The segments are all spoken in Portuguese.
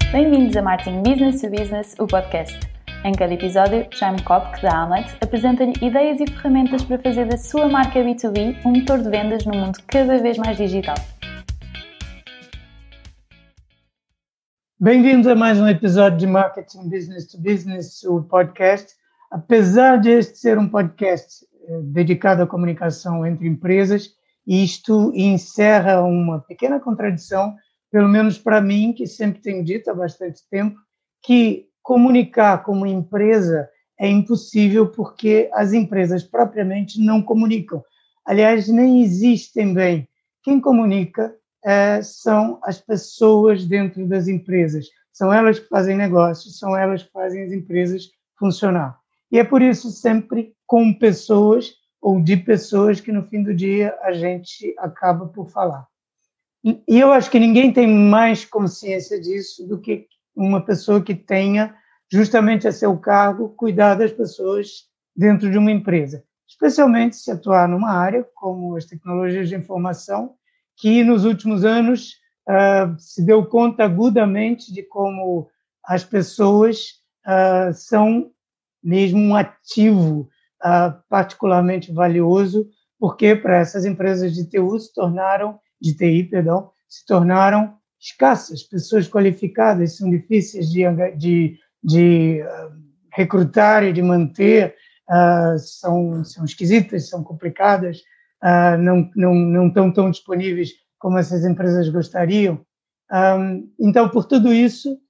Bem-vindos a Marketing Business to Business, o podcast. Em cada episódio, Jaime Kopk, da Amlet, apresenta-lhe ideias e ferramentas para fazer da sua marca B2B um motor de vendas num mundo cada vez mais digital. Bem-vindos a mais um episódio de Marketing Business to Business, o podcast. Apesar de este ser um podcast dedicado à comunicação entre empresas, isto encerra uma pequena contradição, pelo menos para mim, que sempre tenho dito há bastante tempo, que comunicar como empresa é impossível porque as empresas propriamente não comunicam. Aliás, nem existem bem. Quem comunica são as pessoas dentro das empresas. São elas que fazem negócios, são elas que fazem as empresas funcionar. E é por isso sempre com pessoas ou de pessoas que no fim do dia a gente acaba por falar. E eu acho que ninguém tem mais consciência disso do que uma pessoa que tenha justamente a seu cargo cuidar das pessoas dentro de uma empresa, especialmente se atuar numa área como as tecnologias de informação, que nos últimos anos se deu conta agudamente de como as pessoas são mesmo um ativo particularmente valioso, porque para essas empresas de TI se tornaram escassas. Pessoas qualificadas são difíceis de recrutar e de manter, são esquisitas, são complicadas, não estão tão disponíveis como essas empresas gostariam. Então, por tudo isso,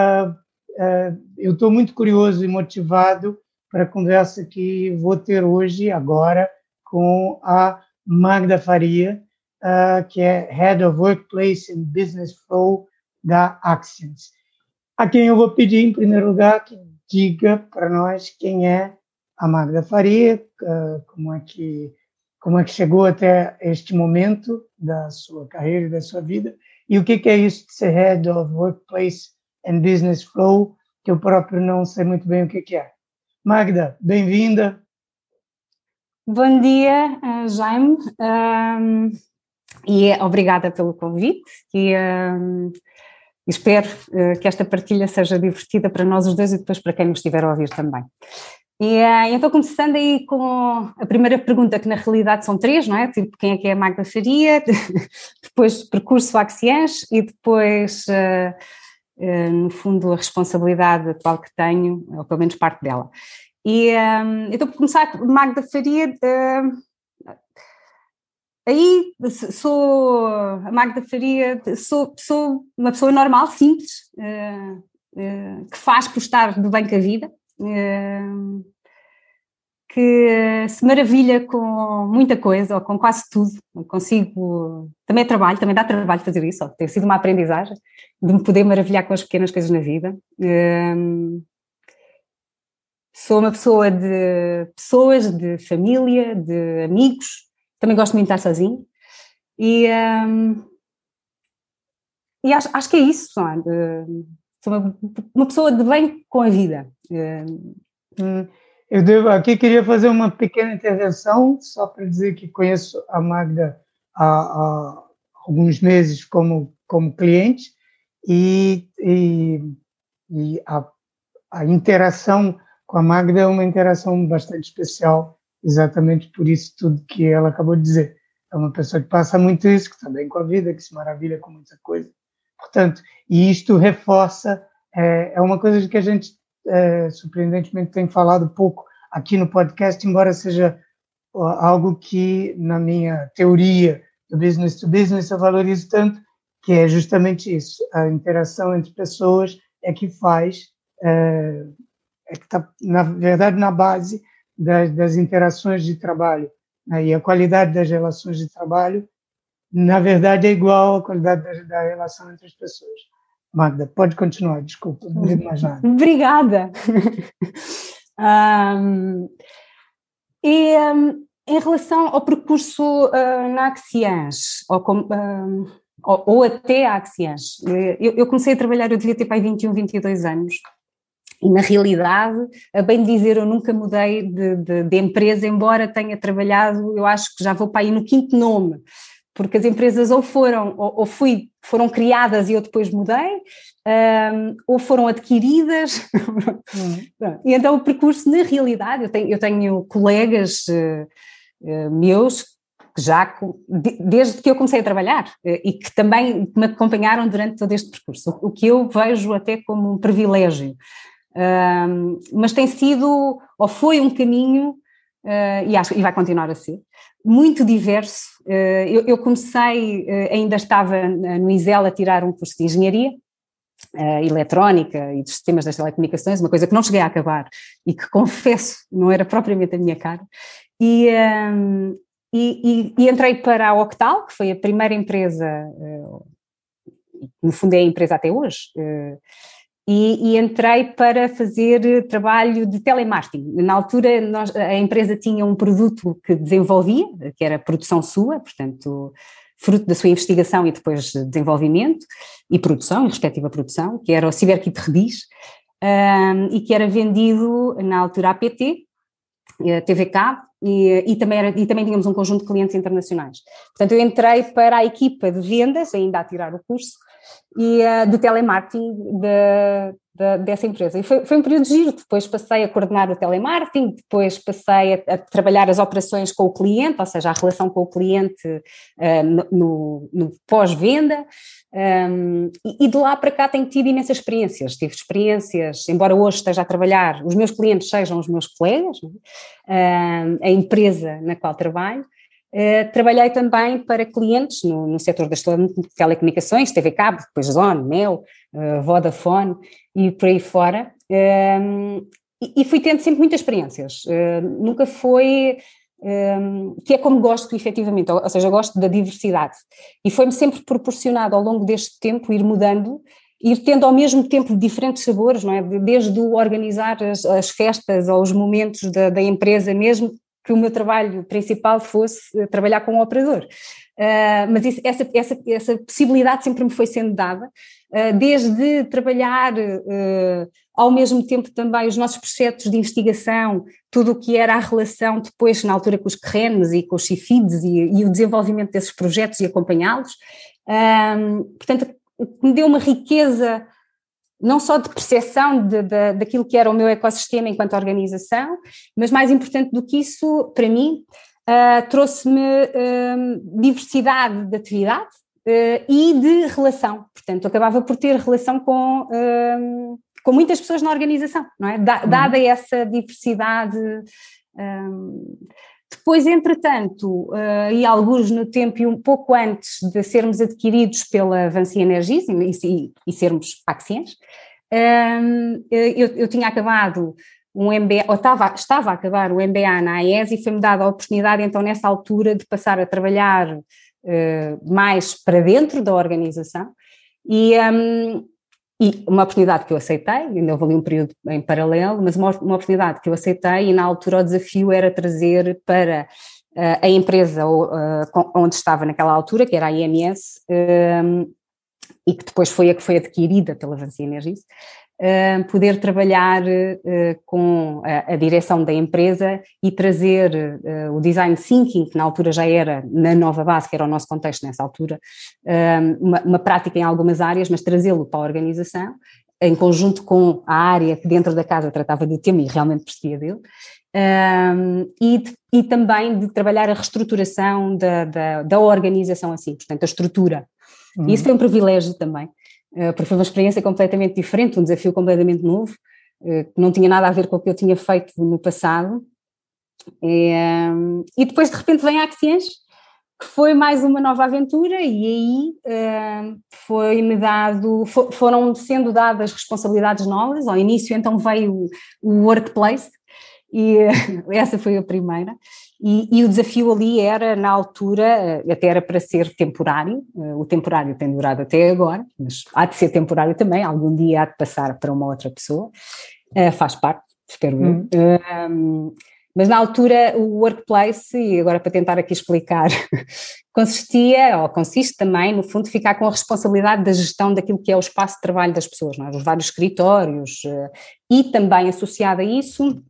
eu estou muito curioso e motivado para a conversa que vou ter hoje, agora, com a Magda Faria, que é Head of Workplace and Business Flow da Axians. A quem eu vou pedir, em primeiro lugar, que diga para nós quem é a Magda Faria, como é que chegou até este momento da sua carreira e da sua vida, e o que é isso de ser Head of Workplace and Business Flow, que eu próprio não sei muito bem o que é. Magda, bem-vinda. Bom dia, Jaime, e obrigada pelo convite e espero que esta partilha seja divertida para nós os dois e depois para quem nos estiver a ouvir também. E então, começando aí com a primeira pergunta, que na realidade são três, não é? Tipo, quem é que é a Magda Faria, depois percurso Axians e depois, no fundo, a responsabilidade atual que tenho, ou pelo menos parte dela. E então, por começar, Magda Faria, aí sou a Magda Faria, sou uma pessoa normal, simples, que faz por estar do bem com a vida, que se maravilha com muita coisa, ou com quase tudo. Consigo, também dá trabalho fazer isso, tem sido uma aprendizagem de me poder maravilhar com as pequenas coisas na vida. Sou uma pessoa de pessoas, de família, de amigos, também gosto muito de estar sozinho e acho que é isso, sou uma pessoa de bem com a vida. Aqui queria fazer uma pequena intervenção, só para dizer que conheço a Magda há alguns meses como cliente e a interação com a Magda é uma interação bastante especial, exatamente por isso tudo que ela acabou de dizer. É uma pessoa que passa muito isso, que está bem com a vida, que se maravilha com muita coisa. Portanto, e isto reforça, é uma coisa de que a gente surpreendentemente tem falado pouco aqui no podcast, embora seja algo que na minha teoria do business to business eu valorizo tanto, que é justamente isso, a interação entre pessoas é que faz, que está, na verdade, na base das interações de trabalho, né? E a qualidade das relações de trabalho, na verdade, é igual à qualidade da relação entre as pessoas. Magda, pode continuar, desculpa, não digo mais nada. Obrigada. Em relação ao percurso na Axians, ou até a Axians, eu comecei a trabalhar, eu devia ter para aí 21, 22 anos, e na realidade, a bem dizer, eu nunca mudei de empresa, embora tenha trabalhado, eu acho que já vou para aí no quinto nome, porque as empresas ou foram criadas e eu depois mudei, ou foram adquiridas, e então o percurso, na realidade, eu tenho colegas meus, que já, desde que eu comecei a trabalhar, e que também me acompanharam durante todo este percurso, o que eu vejo até como um privilégio, mas tem sido, ou foi um caminho, e vai continuar a ser, muito diverso. Eu comecei, ainda estava no ISEL a tirar um curso de engenharia eletrónica e dos sistemas das telecomunicações, uma coisa que não cheguei a acabar e que, confesso, não era propriamente a minha cara, e entrei para a Octal, que foi a primeira empresa, no fundo é a empresa até hoje, e entrei para fazer trabalho de telemarketing. Na altura a empresa tinha um produto que desenvolvia, que era produção sua, portanto fruto da sua investigação e depois desenvolvimento e produção, e respectiva produção, que era o CiberKit Redis, e que era vendido na altura à PT, TV Cabo, e também tínhamos um conjunto de clientes internacionais. Portanto, eu entrei para a equipa de vendas, ainda a tirar o curso, e de telemarketing dessa empresa. E foi um período de giro. Depois passei a coordenar o telemarketing, depois passei a trabalhar as operações com o cliente, ou seja, a relação com o cliente no pós-venda, e de lá para cá tenho tido imensas experiências. Tive experiências, embora hoje esteja a trabalhar, os meus clientes sejam os meus colegas, a empresa na qual trabalho. Trabalhei também para clientes no setor das telecomunicações, TV Cabo, depois Zone, Mel, Vodafone e por aí fora, e fui tendo sempre muitas experiências. Nunca foi, que é como gosto efetivamente, ou seja, gosto da diversidade, e foi-me sempre proporcionado ao longo deste tempo ir mudando, ir tendo ao mesmo tempo diferentes sabores, não é? Desde o organizar as festas ou os momentos da empresa mesmo, que o meu trabalho principal fosse trabalhar com o operador. Mas essa possibilidade sempre me foi sendo dada, desde trabalhar ao mesmo tempo também os nossos projetos de investigação, tudo o que era a relação depois, na altura, com os CRENs e com os CIFIDs e o desenvolvimento desses projetos e acompanhá-los. Portanto, me deu uma riqueza não só de percepção daquilo que era o meu ecossistema enquanto organização, mas mais importante do que isso, para mim, trouxe-me diversidade de atividade e de relação. Portanto, acabava por ter relação com muitas pessoas na organização, não é? Dada essa diversidade. Depois, entretanto, e alguns no tempo e um pouco antes de sermos adquiridos pela VINCI Energies e sermos Axians, eu tinha acabado um MBA, ou estava a acabar o MBA na AES, e foi-me dada a oportunidade, então, nessa altura, de passar a trabalhar mais para dentro da organização, e uma oportunidade que eu aceitei, ainda houve ali um período em paralelo, mas uma oportunidade que eu aceitei, e na altura o desafio era trazer para a empresa onde estava naquela altura, que era a IMS, e que depois foi a que foi adquirida pela VINCI Energies, poder trabalhar com a direção da empresa e trazer o design thinking, que na altura já era na nova base, que era o nosso contexto nessa altura, uma prática em algumas áreas, mas trazê-lo para a organização, em conjunto com a área que dentro da casa tratava do tema e realmente percebia dele, e também de trabalhar a reestruturação da organização assim, portanto a estrutura. E isso foi um privilégio também, porque foi uma experiência completamente diferente, um desafio completamente novo, que não tinha nada a ver com o que eu tinha feito no passado, e depois de repente vem a Axians, que foi mais uma nova aventura, e aí foram sendo dadas responsabilidades novas. Ao início então veio o Workplace, e essa foi a primeira, e o desafio ali era, na altura, até era para ser temporário, o temporário tem durado até agora, mas há de ser temporário também, algum dia há de passar para uma outra pessoa, faz parte, espero eu. Mas na altura o Workplace, e agora para tentar aqui explicar, consiste também, no fundo, ficar com a responsabilidade da gestão daquilo que é o espaço de trabalho das pessoas, não é? Os vários escritórios, e também associado a isso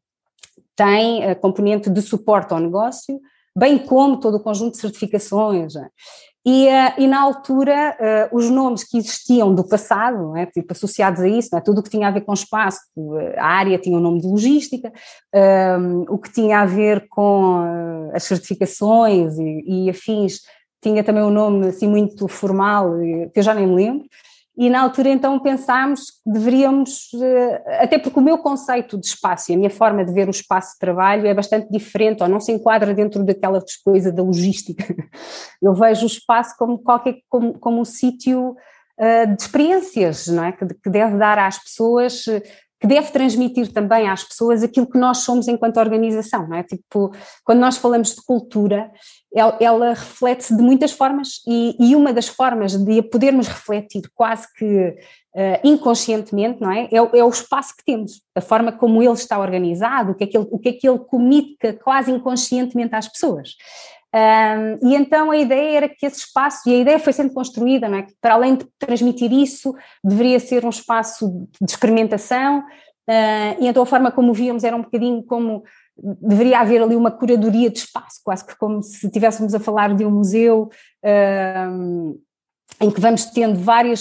tem a componente de suporte ao negócio, bem como todo o conjunto de certificações. E na altura, os nomes que existiam do passado, não é? Tipo, associados a isso, não é? Tudo o que tinha a ver com espaço, a área tinha o nome de logística, o que tinha a ver com as certificações e afins, tinha também um nome assim muito formal, que eu já nem me lembro. E na altura então pensámos que deveríamos, até porque o meu conceito de espaço e a minha forma de ver o espaço de trabalho é bastante diferente, ou não se enquadra dentro daquela coisa da logística. Eu vejo o espaço como um sítio de experiências, não é? Que deve dar às pessoas, que deve transmitir também às pessoas aquilo que nós somos enquanto organização, não é? Tipo, quando nós falamos de cultura, ela reflete-se de muitas formas e uma das formas de a podermos refletir quase que inconscientemente, não é? É o espaço que temos, a forma como ele está organizado, o que é que ele comunica quase inconscientemente às pessoas. E então a ideia era que esse espaço, e a ideia foi sendo construída, não é? Que para além de transmitir isso, deveria ser um espaço de experimentação, e então a forma como víamos era um bocadinho como deveria haver ali uma curadoria de espaço, quase que como se estivéssemos a falar de um museu, em que vamos tendo várias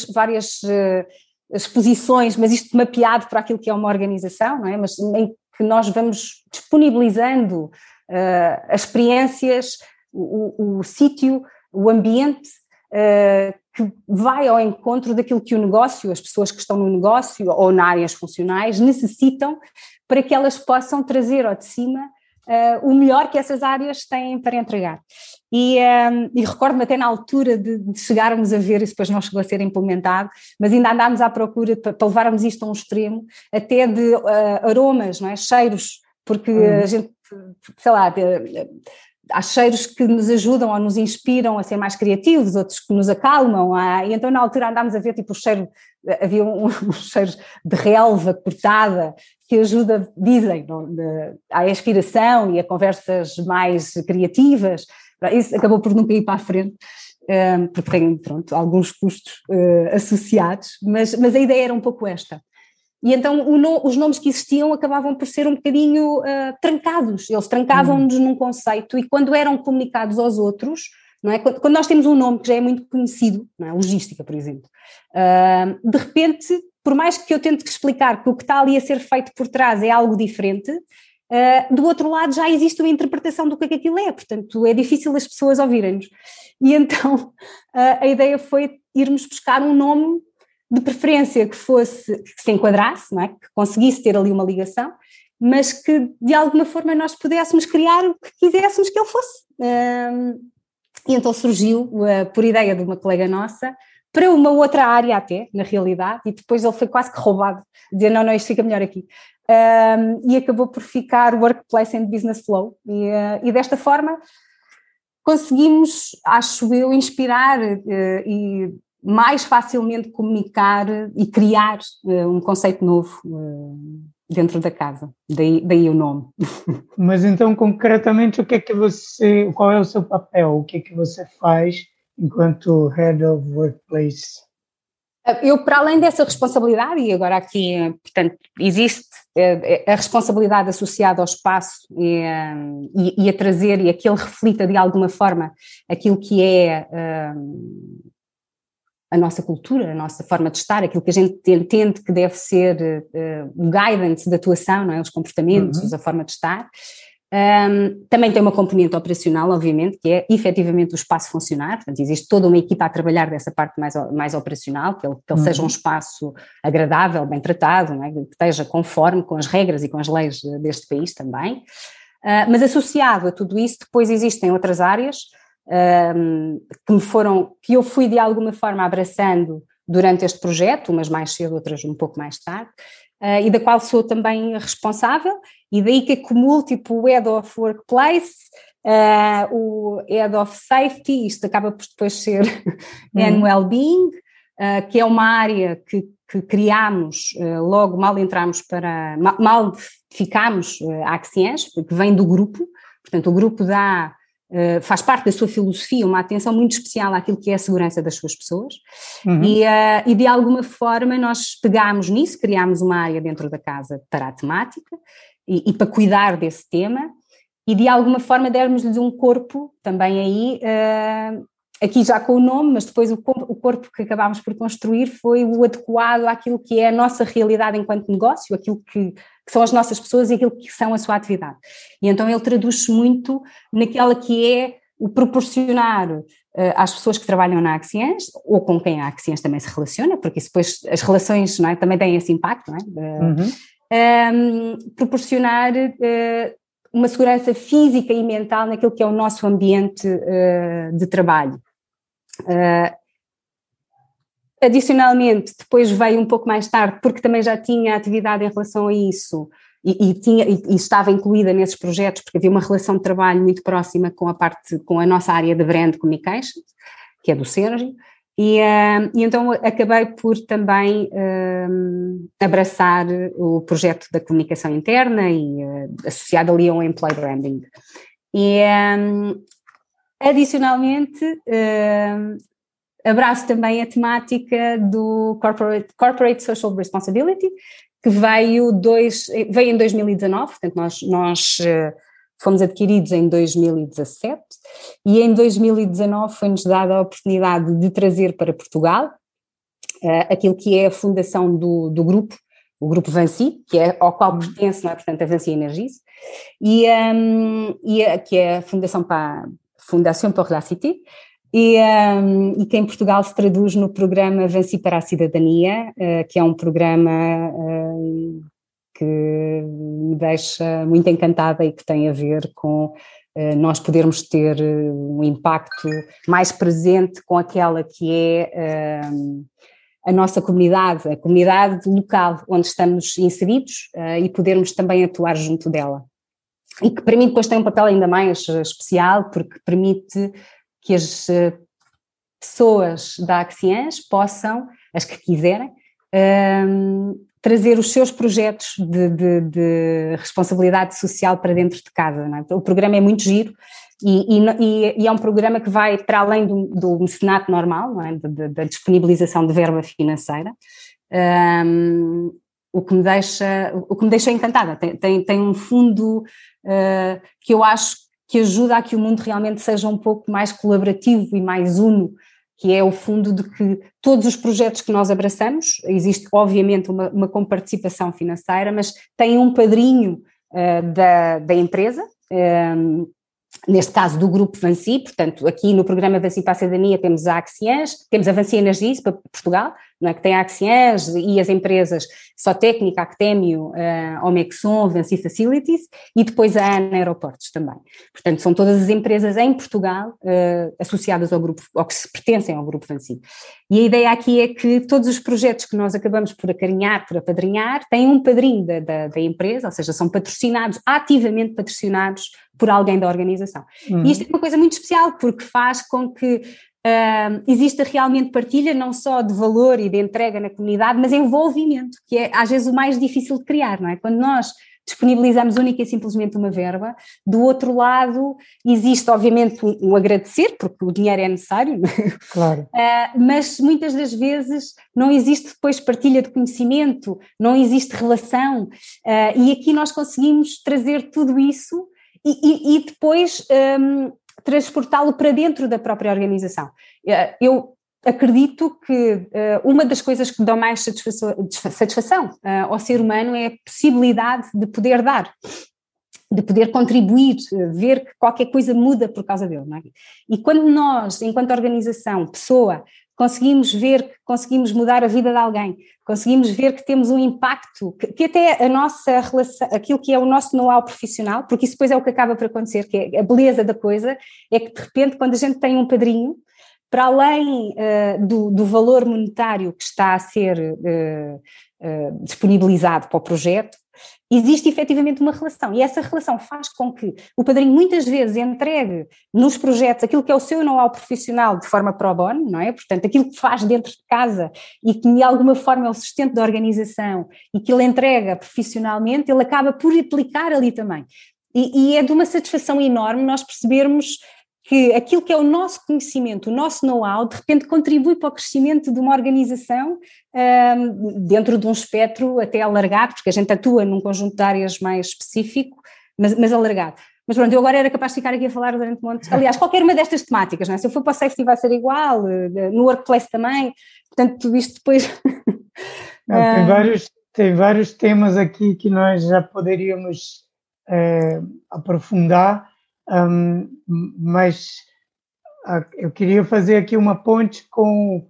exposições, mas isto mapeado para aquilo que é uma organização, não é? Mas em que nós vamos disponibilizando as experiências, o sítio, o ambiente, que vai ao encontro daquilo que o negócio, as pessoas que estão no negócio ou nas áreas funcionais necessitam para que elas possam trazer ao de cima o melhor que essas áreas têm para entregar. E recordo-me até na altura de chegarmos a ver, isso depois não chegou a ser implementado, mas ainda andámos à procura para levarmos isto a um extremo, até de aromas, não é? Cheiros, porque a gente, sei lá, há cheiros que nos ajudam ou nos inspiram a ser mais criativos, outros que nos acalmam, e então na altura andámos a ver tipo o cheiro, havia uns cheiros de relva cortada que ajuda, dizem, à inspiração e a conversas mais criativas. Isso acabou por nunca ir para a frente, porque tem, pronto, alguns custos associados, mas a ideia era um pouco esta. E então os nomes que existiam acabavam por ser um bocadinho trancados, eles trancavam-nos num conceito, e quando eram comunicados aos outros, não é? Quando nós temos um nome que já é muito conhecido, não é? Logística, por exemplo, de repente, por mais que eu tente explicar que o que está ali a ser feito por trás é algo diferente, do outro lado já existe uma interpretação do que aquilo é, portanto é difícil as pessoas ouvirem-nos. E então a ideia foi irmos buscar um nome de preferência que se enquadrasse, não é? Que conseguisse ter ali uma ligação, mas que de alguma forma nós pudéssemos criar o que quiséssemos que ele fosse. E então surgiu, por ideia de uma colega nossa, para uma outra área até, na realidade, e depois ele foi quase que roubado, dizer não, isto fica melhor aqui. E acabou por ficar Workplace and Business Flow, e desta forma conseguimos, acho eu, inspirar e mais facilmente comunicar e criar um conceito novo dentro da casa, daí o nome. Mas então, concretamente, qual é o seu papel? O que é que você faz enquanto Head of Workplace? Eu, para além dessa responsabilidade, e agora aqui, portanto, existe a responsabilidade associada ao espaço e a trazer, e a que ele reflita de alguma forma aquilo que é a nossa cultura, a nossa forma de estar, aquilo que a gente entende que deve ser o guidance da atuação, não é? Os comportamentos, a forma de estar. Também tem uma componente operacional, obviamente, que é efetivamente o espaço funcionar, portanto existe toda uma equipa a trabalhar dessa parte mais operacional, que ele seja um espaço agradável, bem tratado, não é? Que esteja conforme com as regras e com as leis deste país também, mas associado a tudo isso depois existem outras áreas que eu fui de alguma forma abraçando durante este projeto, umas mais cedo, outras um pouco mais tarde, e da qual sou também responsável, e daí que acumulo tipo o Head of Workplace, o Head of Safety, isto acaba por depois ser and Wellbeing, que é uma área que criámos logo mal entramos mal ficámos a Axiens, que vem do grupo, portanto o grupo faz parte da sua filosofia uma atenção muito especial àquilo que é a segurança das suas pessoas, e de alguma forma nós pegámos nisso, criámos uma área dentro da casa para a temática e para cuidar desse tema, e de alguma forma dermos-lhes um corpo também aí aqui já com o nome, mas depois o corpo que acabámos por construir foi o adequado àquilo que é a nossa realidade enquanto negócio, aquilo que são as nossas pessoas e aquilo que são a sua atividade. E então ele traduz-se muito naquela que é o proporcionar às pessoas que trabalham na Axians, ou com quem a Axians também se relaciona, porque isso depois as relações, não é, também têm esse impacto, não é? Proporcionar uma segurança física e mental naquilo que é o nosso ambiente de trabalho. Adicionalmente, depois veio um pouco mais tarde, porque também já tinha atividade em relação a isso, e estava incluída nesses projetos, porque havia uma relação de trabalho muito próxima com a nossa área de Brand Communications, que é do Sérgio, e então acabei por também abraçar o projeto da comunicação interna e associado ali ao Employee Branding. E adicionalmente abraço também a temática do Corporate Social Responsibility, que veio em 2019, portanto nós fomos adquiridos em 2017 e em 2019 foi-nos dada a oportunidade de trazer para Portugal aquilo que é a fundação do grupo, o grupo Vinci, que é ao qual pertence, não é? Portanto, a Vinci Energies, que é a Fundação pour la Cité, e que em Portugal se traduz no programa Vinci para a Cidadania, que é um programa que me deixa muito encantada e que tem a ver com nós podermos ter um impacto mais presente com aquela que é a nossa comunidade, a comunidade local onde estamos inseridos e podermos também atuar junto dela. E que para mim depois tem um papel ainda mais especial, porque permite que as pessoas da Axians possam, as que quiserem, trazer os seus projetos de responsabilidade social para dentro de casa, não é? O programa é muito giro e é um programa que vai para além do mecenato normal, não é? Da disponibilização de verba financeira, o que me deixa encantada. Tem um fundo que eu acho que ajuda a que o mundo realmente seja um pouco mais colaborativo e mais uno, que é o fundo de que todos os projetos que nós abraçamos, existe obviamente uma comparticipação financeira, mas tem um padrinho da empresa, neste caso do grupo Vinci, portanto aqui no programa Vinci para a Cidadania temos a Axians, temos a Vinci Energies para Portugal, não é, que tem a Axians e as empresas Sotécnica, Actemio, Omexon, Vinci Facilities e depois a ANA Aeroportos também. Portanto são todas as empresas em Portugal associadas ao grupo, ou que se pertencem ao grupo Vinci. E a ideia aqui é que todos os projetos que nós acabamos por acarinhar, por apadrinhar, têm um padrinho da empresa, ou seja, são patrocinados, ativamente patrocinados por alguém da organização. E isto é uma coisa muito especial, porque faz com que exista realmente partilha, não só de valor e de entrega na comunidade, mas envolvimento, que é às vezes o mais difícil de criar, não é? Quando nós disponibilizamos única e simplesmente uma verba, do outro lado existe obviamente um agradecer, porque o dinheiro é necessário, não é? Claro. Mas muitas das vezes não existe depois partilha de conhecimento, não existe relação, e aqui nós conseguimos trazer tudo isso e depois transportá-lo para dentro da própria organização. Eu acredito que uma das coisas que dá mais satisfação ao ser humano é a possibilidade de poder dar, de poder contribuir, ver que qualquer coisa muda por causa dele, não é? E quando nós, enquanto organização, pessoa, conseguimos ver que conseguimos mudar a vida de alguém, conseguimos ver que temos um impacto, que até a nossa relação, aquilo que é o nosso know-how profissional, porque isso depois é o que acaba por acontecer, que é a beleza da coisa, é que de repente quando a gente tem um padrinho, para além do valor monetário que está a ser disponibilizado para o projeto, existe efetivamente uma relação, e essa relação faz com que o padrinho muitas vezes entregue nos projetos aquilo que é o seu know-how profissional de forma pro bono, não é? Portanto, aquilo que faz dentro de casa e que de alguma forma é o sustento da organização e que ele entrega profissionalmente, ele acaba por aplicar ali também. E é de uma satisfação enorme nós percebermos que aquilo que é o nosso conhecimento, o nosso know-how, de repente contribui para o crescimento de uma organização dentro de um espectro até alargado, porque a gente atua num conjunto de áreas mais específico, mas alargado. Mas pronto, eu agora era capaz de ficar aqui a falar durante montes. Aliás, qualquer uma destas temáticas, não é? Se eu for para o safety vai ser igual, no workplace também, portanto tudo isto depois... Não, tem vários temas aqui que nós já poderíamos aprofundar, mas eu queria fazer aqui uma ponte com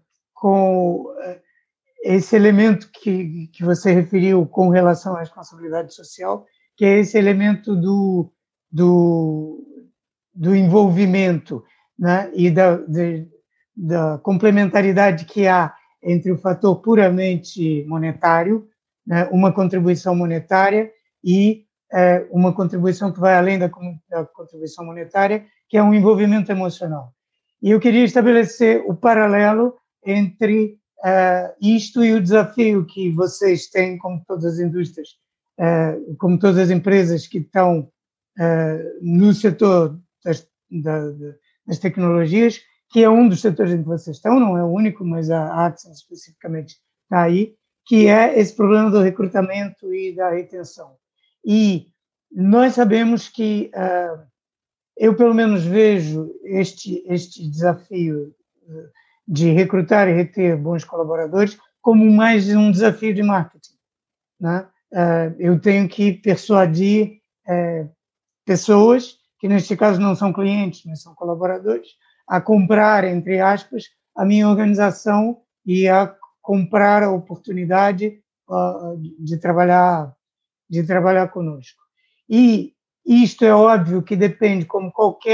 esse elemento que você referiu com relação à responsabilidade social, que é esse elemento do envolvimento, né? E da complementaridade que há entre o fator puramente monetário, né? Uma contribuição monetária e uma contribuição que vai além da contribuição monetária, que é um envolvimento emocional. E eu queria estabelecer o paralelo entre isto e o desafio que vocês têm, como todas as indústrias, como todas as empresas que estão no setor das tecnologias, que é um dos setores em que vocês estão, não é o único, mas a Axens especificamente está aí, que é esse problema do recrutamento e da retenção. E nós sabemos que eu, pelo menos, vejo este desafio de recrutar e reter bons colaboradores como mais um desafio de marketing, né? Eu tenho que persuadir pessoas, que neste caso não são clientes, mas são colaboradores, a comprar, entre aspas, a minha organização e a comprar a oportunidade de trabalhar conosco. E isto é óbvio que depende, como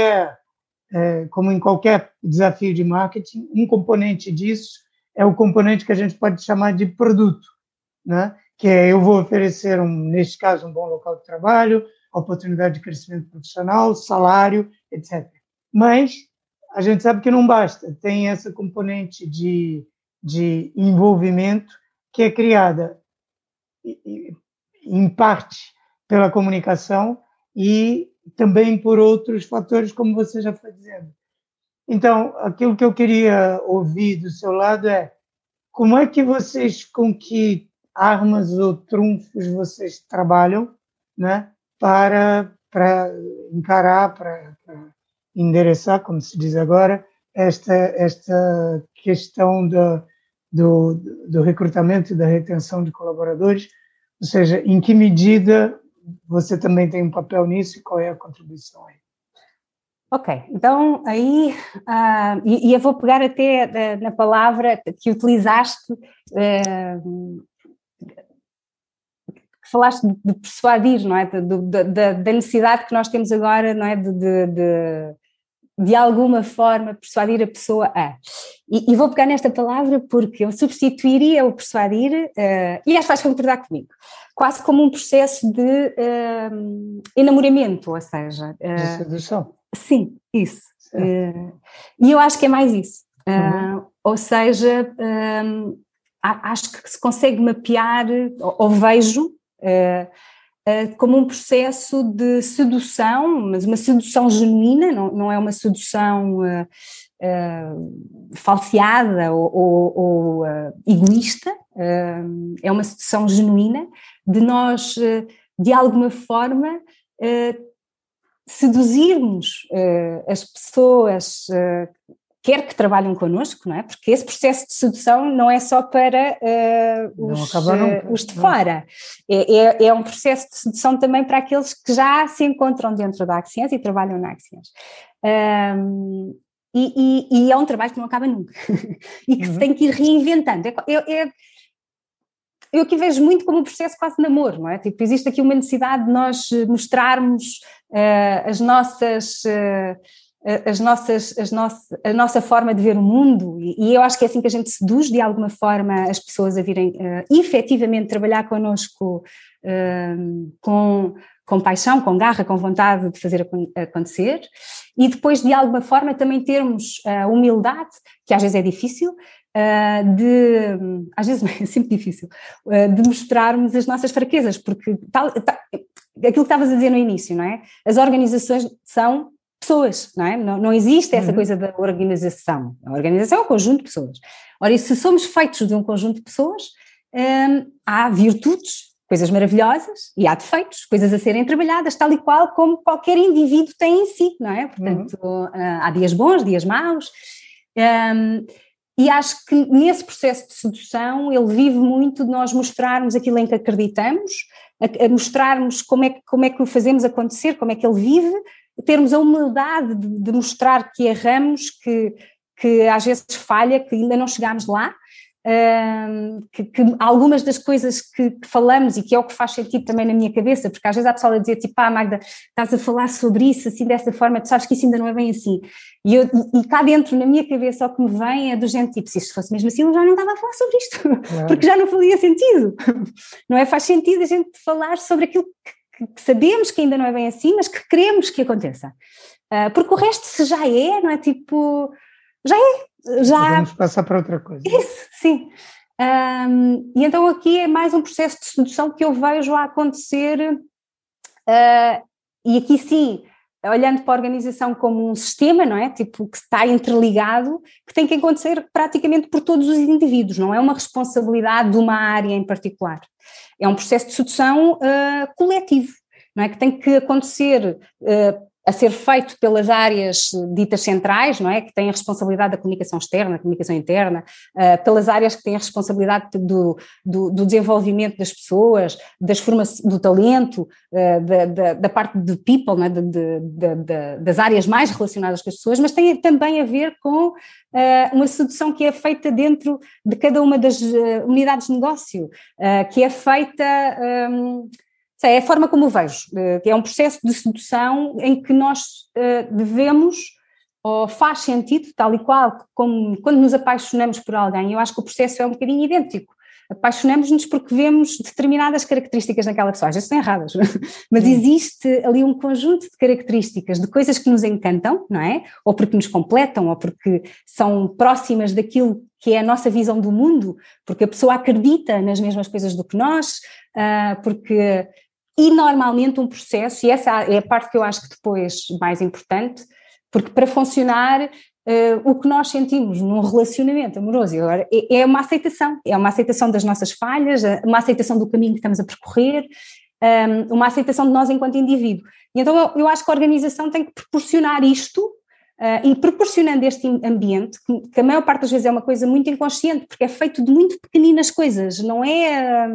em qualquer desafio de marketing, um componente disso é o componente que a gente pode chamar de produto, né? Que é eu vou oferecer, neste caso, um bom local de trabalho, oportunidade de crescimento profissional, salário, etc. Mas a gente sabe que não basta, tem essa componente de envolvimento que é criada, em parte, pela comunicação e também por outros fatores, como você já foi dizendo. Então, aquilo que eu queria ouvir do seu lado é como é que vocês, com que armas ou trunfos vocês trabalham, né, para encarar, para endereçar, como se diz agora, esta questão do recrutamento e da retenção de colaboradores, ou seja, em que medida você também tem um papel nisso e qual é a contribuição aí? Ok, então aí, e eu vou pegar até na palavra que utilizaste, que falaste de persuadir, não é? Da necessidade que nós temos agora, não é? De alguma forma persuadir a pessoa a. E vou pegar nesta palavra porque eu substituiria o persuadir, e acho que vais concordar comigo, quase como um processo de enamoramento, ou seja... de sedução. Sim, isso. E eu acho que é mais isso. Ou seja, acho que se consegue mapear, ou vejo, como um processo de sedução, mas uma sedução genuína, não é uma sedução falseada ou egoísta, é uma sedução genuína de nós, de alguma forma, seduzirmos as pessoas, quer que trabalhem connosco, não é? Porque esse processo de sedução não é só para os de fora, é um processo de sedução também para aqueles que já se encontram dentro da Axens e trabalham na Axens. E é um trabalho que não acaba nunca e que se tem que ir reinventando. Eu aqui vejo muito como um processo quase de namoro, não é? Tipo, existe aqui uma necessidade de nós mostrarmos a nossa forma de ver o mundo, e eu acho que é assim que a gente seduz de alguma forma as pessoas a virem efetivamente trabalhar connosco com paixão, com garra, com vontade de fazer acontecer, e depois de alguma forma também termos a humildade, que às vezes é difícil, às vezes é sempre difícil, de mostrarmos as nossas fraquezas, porque aquilo que estavas a dizer no início, não é? As organizações são pessoas, não é? Não existe essa coisa da organização. A organização é um conjunto de pessoas. Ora, e se somos feitos de um conjunto de pessoas, há virtudes coisas maravilhosas e há defeitos, coisas a serem trabalhadas, tal e qual como qualquer indivíduo tem em si, não é? Portanto, há dias bons, dias maus, e acho que nesse processo de sedução ele vive muito de nós mostrarmos aquilo em que acreditamos, a mostrarmos como é que o fazemos acontecer, como é que ele vive, termos a humildade de mostrar que erramos, que às vezes falha, que ainda não chegámos lá, que algumas das coisas que falamos e que é o que faz sentido também na minha cabeça, porque às vezes há pessoal a dizer tipo, Magda, estás a falar sobre isso assim dessa forma, tu sabes que isso ainda não é bem assim, e cá dentro na minha cabeça o que me vem é do género tipo, se isto fosse mesmo assim eu já não estava a falar sobre isto, claro. Porque já não fazia sentido, não é? Faz sentido a gente falar sobre aquilo que sabemos que ainda não é bem assim, mas que queremos que aconteça, porque o resto se já é, não é? Tipo, já é. Vamos passar para outra coisa. Isso, sim. E então aqui é mais um processo de sedução que eu vejo a acontecer, e aqui sim, olhando para a organização como um sistema, não é? Tipo, que está interligado, que tem que acontecer praticamente por todos os indivíduos, não é uma responsabilidade de uma área em particular. É um processo de sedução coletivo, não é? Que tem que acontecer a ser feito pelas áreas ditas centrais, não é? Que têm a responsabilidade da comunicação externa, da comunicação interna, pelas áreas que têm a responsabilidade do desenvolvimento das pessoas, do talento, da parte de people, não é? Das áreas mais relacionadas com as pessoas, mas tem também a ver com uma sedução que é feita dentro de cada uma das unidades de negócio, que é feita... é a forma como eu vejo, que é um processo de sedução em que nós devemos, ou faz sentido, tal e qual, como quando nos apaixonamos por alguém, eu acho que o processo é um bocadinho idêntico. Apaixonamos-nos porque vemos determinadas características naquela pessoa, às vezes estão erradas, mas existe ali um conjunto de características, de coisas que nos encantam, não é? Ou porque nos completam, ou porque são próximas daquilo que é a nossa visão do mundo, porque a pessoa acredita nas mesmas coisas do que nós, porque... E normalmente um processo, e essa é a parte que eu acho que depois mais importante, porque para funcionar o que nós sentimos num relacionamento amoroso agora é uma aceitação das nossas falhas, uma aceitação do caminho que estamos a percorrer, uma aceitação de nós enquanto indivíduo. E então eu acho que a organização tem que proporcionar isto, e proporcionando este ambiente, que a maior parte das vezes é uma coisa muito inconsciente, porque é feito de muito pequeninas coisas, não é...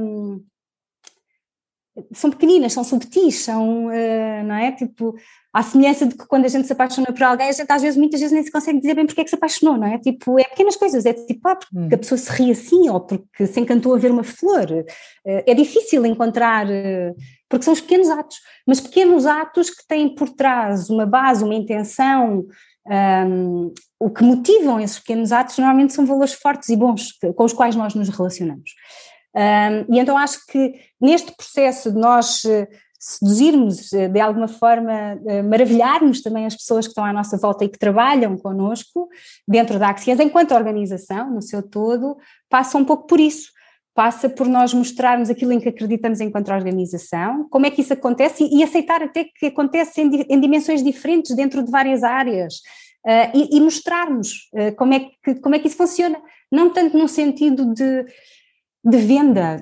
são pequeninas, são subtis, são, não é? Tipo, à semelhança de que quando a gente se apaixona por alguém, a gente às vezes, muitas vezes nem se consegue dizer bem porque é que se apaixonou, não é? Tipo, é pequenas coisas, é tipo, porque a pessoa se ri assim, ou porque se encantou a ver uma flor. É difícil encontrar, porque são os pequenos atos, mas pequenos atos que têm por trás uma base, uma intenção, o que motivam esses pequenos atos normalmente são valores fortes e bons, com os quais nós nos relacionamos. E então acho que neste processo de nós seduzirmos, de alguma forma maravilharmos também as pessoas que estão à nossa volta e que trabalham connosco dentro da Axians, enquanto organização no seu todo, passa um pouco por isso, passa por nós mostrarmos aquilo em que acreditamos enquanto organização, como é que isso acontece e aceitar até que acontece em dimensões diferentes dentro de várias áreas, e mostrarmos como é que isso funciona, não tanto no sentido de venda,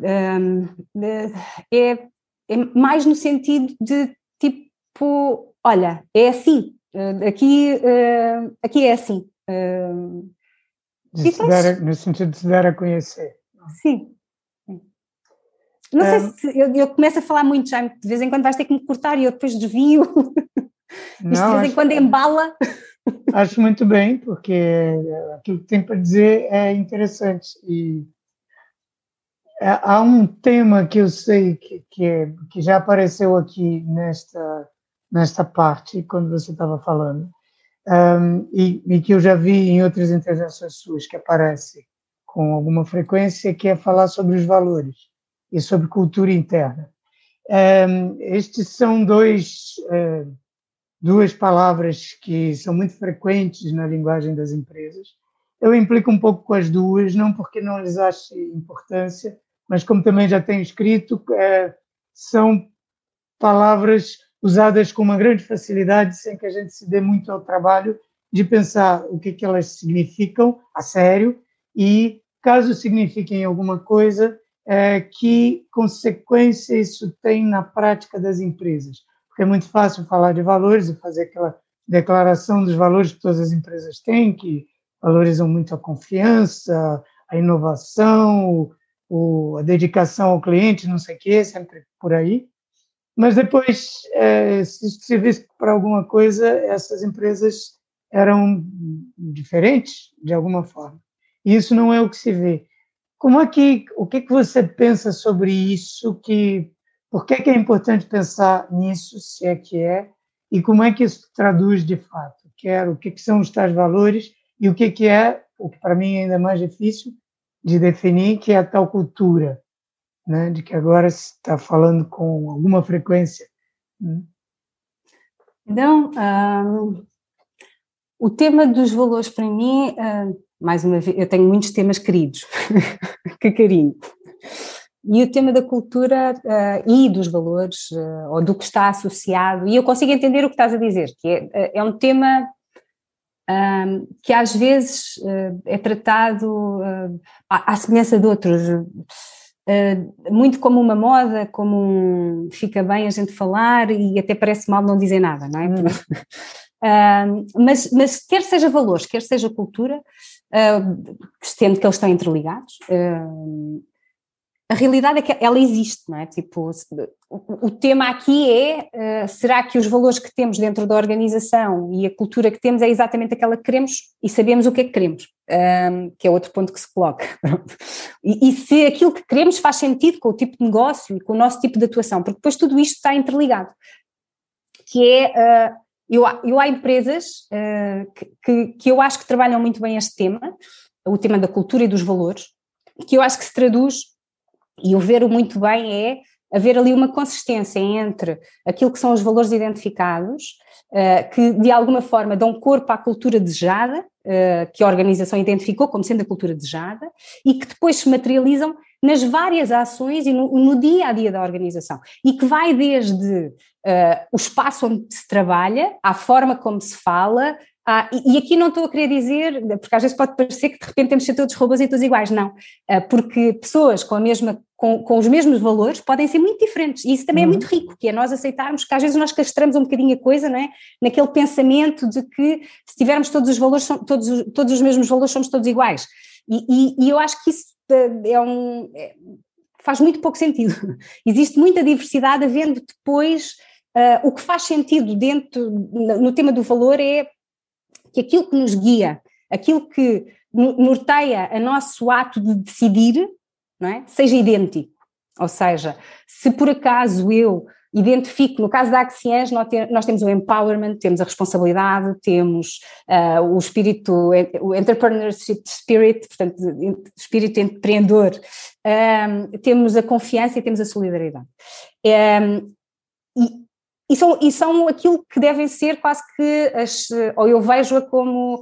é mais no sentido de tipo, olha, é assim, aqui é assim. No sentido de se dar a conhecer. Sim. Não sei se eu começo a falar muito, já de vez em quando vais ter que me cortar e eu depois desvio. Isto de vez em quando embala. Acho muito bem, porque aquilo que tem para dizer é interessante e há um tema que eu sei que já apareceu aqui nesta parte, quando você estava falando, e que eu já vi em outras intervenções suas, que aparece com alguma frequência, que é falar sobre os valores e sobre cultura interna. Estes são duas palavras que são muito frequentes na linguagem das empresas. Eu implico um pouco com as duas, não porque não lhes ache importância, mas como também já tenho escrito, são palavras usadas com uma grande facilidade, sem que a gente se dê muito ao trabalho de pensar o que elas significam a sério e, caso signifiquem alguma coisa, que consequência isso tem na prática das empresas? Porque é muito fácil falar de valores e fazer aquela declaração dos valores que todas as empresas têm, que valorizam muito a confiança, a inovação, a dedicação ao cliente, não sei o quê, sempre por aí. Mas depois, se isso servisse para alguma coisa, essas empresas eram diferentes de alguma forma. E isso não é o que se vê. O que você pensa sobre isso? Por que é importante pensar nisso, se é que é, e como é que isso traduz de fato? O que são os tais valores e o que é, o que para mim é ainda mais difícil de definir, que é a tal cultura, né? De que agora se está falando com alguma frequência. Então, o tema dos valores para mim, mais uma vez, eu tenho muitos temas queridos, que carinho. E o tema da cultura e dos valores, ou do que está associado, e eu consigo entender o que estás a dizer, que é um tema que às vezes é tratado à semelhança de outros, muito como uma moda, como fica bem a gente falar e até parece mal não dizer nada, não é? Mas quer seja valores, quer seja cultura, sendo que eles estão interligados, a realidade é que ela existe, não é? Tipo, o tema aqui será que os valores que temos dentro da organização e a cultura que temos é exatamente aquela que queremos e sabemos o que é que queremos, que é outro ponto que se coloca. E se aquilo que queremos faz sentido com o tipo de negócio e com o nosso tipo de atuação, porque depois tudo isto está interligado, que é... há empresas que eu acho que trabalham muito bem este tema, o tema da cultura e dos valores, que eu acho que se traduz, e eu ver muito bem, é haver ali uma consistência entre aquilo que são os valores identificados, que de alguma forma dão corpo à cultura desejada, que a organização identificou como sendo a cultura desejada, e que depois se materializam nas várias ações e no dia a dia da organização, e que vai desde o espaço onde se trabalha, à forma como se fala, e aqui não estou a querer dizer, porque às vezes pode parecer que de repente temos de ser todos robôs e todos iguais, não, porque pessoas com os mesmos valores podem ser muito diferentes, e isso também é muito rico, que é nós aceitarmos que às vezes nós castramos um bocadinho a coisa, não é? Naquele pensamento de que se tivermos todos os valores, todos os mesmos valores, somos todos iguais, e eu acho que isso faz muito pouco sentido. Existe muita diversidade, havendo depois o que faz sentido no tema do valor é que aquilo que nos guia, aquilo que norteia o nosso ato de decidir, não é? Seja idêntico. Ou seja, se por acaso eu identifico, no caso da Axians, nós temos o empowerment, temos a responsabilidade, temos o espírito, o entrepreneurship spirit, portanto, espírito empreendedor, temos a confiança e temos a solidariedade. E são aquilo que devem ser quase que, ou eu vejo-a como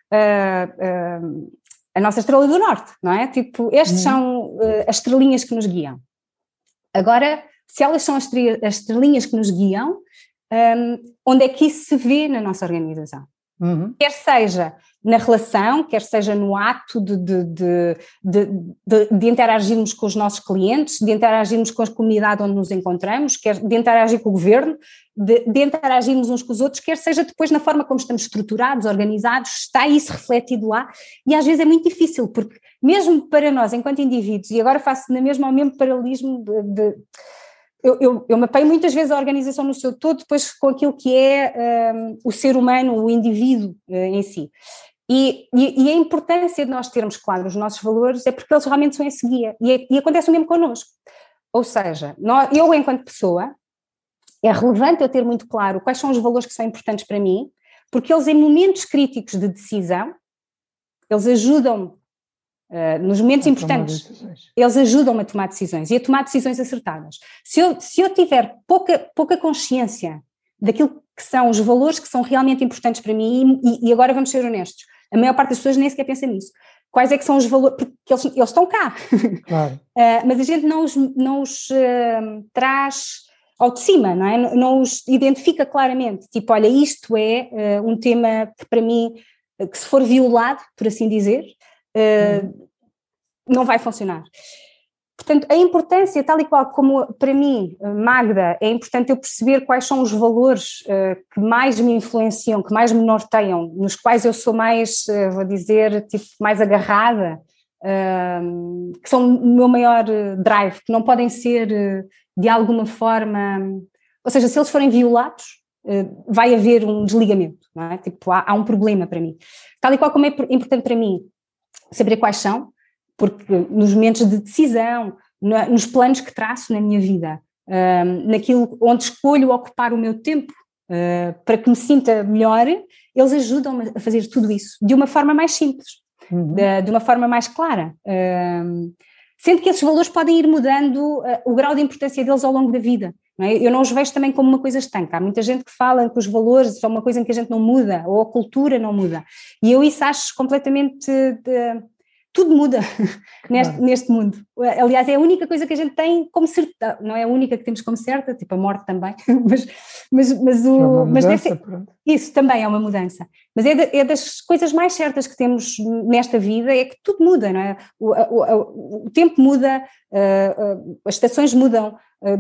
a nossa estrela do norte, não é? Tipo, estes são as estrelinhas que nos guiam. Agora, se elas são as estrelinhas que nos guiam, onde é que isso se vê na nossa organização? Quer seja na relação, quer seja no ato de interagirmos com os nossos clientes, de interagirmos com a comunidade onde nos encontramos, de interagir com o governo, de interagirmos uns com os outros, quer seja depois na forma como estamos estruturados, organizados, está isso refletido lá, e às vezes é muito difícil, porque mesmo para nós, enquanto indivíduos, e agora faço na mesma ao mesmo paralelismo eu mapeio muitas vezes a organização no seu todo, depois com aquilo que é o ser humano, o indivíduo em si. E a importância de nós termos claro os nossos valores é porque eles realmente são esse guia. E acontece o mesmo connosco. Ou seja, eu enquanto pessoa, é relevante eu ter muito claro quais são os valores que são importantes para mim, porque eles em momentos críticos de decisão, eles ajudam-me, nos momentos importantes, eles ajudam-me a tomar decisões e a tomar decisões acertadas. Se eu tiver pouca consciência daquilo que são os valores que são realmente importantes para mim, e agora vamos ser honestos, a maior parte das pessoas nem sequer pensa nisso. Quais é que são os valores? Porque eles estão cá. Claro. Mas a gente não os traz ao de cima, não é? Não os identifica claramente. Tipo, olha, isto é um tema que para mim, que se for violado, por assim dizer, não vai funcionar. Portanto, a importância, tal e qual como para mim, Magda, é importante eu perceber quais são os valores que mais me influenciam, que mais me norteiam, nos quais eu sou mais, vou dizer, tipo, mais agarrada, que são o meu maior drive, que não podem ser de alguma forma, ou seja, se eles forem violados, vai haver um desligamento, não é? Tipo, há um problema para mim. Tal e qual como é importante para mim saber quais são, porque nos momentos de decisão, nos planos que traço na minha vida, naquilo onde escolho ocupar o meu tempo para que me sinta melhor, eles ajudam-me a fazer tudo isso de uma forma mais simples, de uma forma mais clara. Sendo que esses valores podem ir mudando o grau de importância deles ao longo da vida. Não é? Eu não os vejo também como uma coisa estanca. Há muita gente que fala que os valores são uma coisa em que a gente não muda, ou a cultura não muda. E eu isso acho completamente... tudo muda neste mundo. Aliás, é a única coisa que a gente tem como certa, não é a única que temos como certa, tipo a morte também, mas deve ser, isso também é uma mudança. Mas é das coisas mais certas que temos nesta vida, é que tudo muda, não é? O tempo muda, as estações mudam,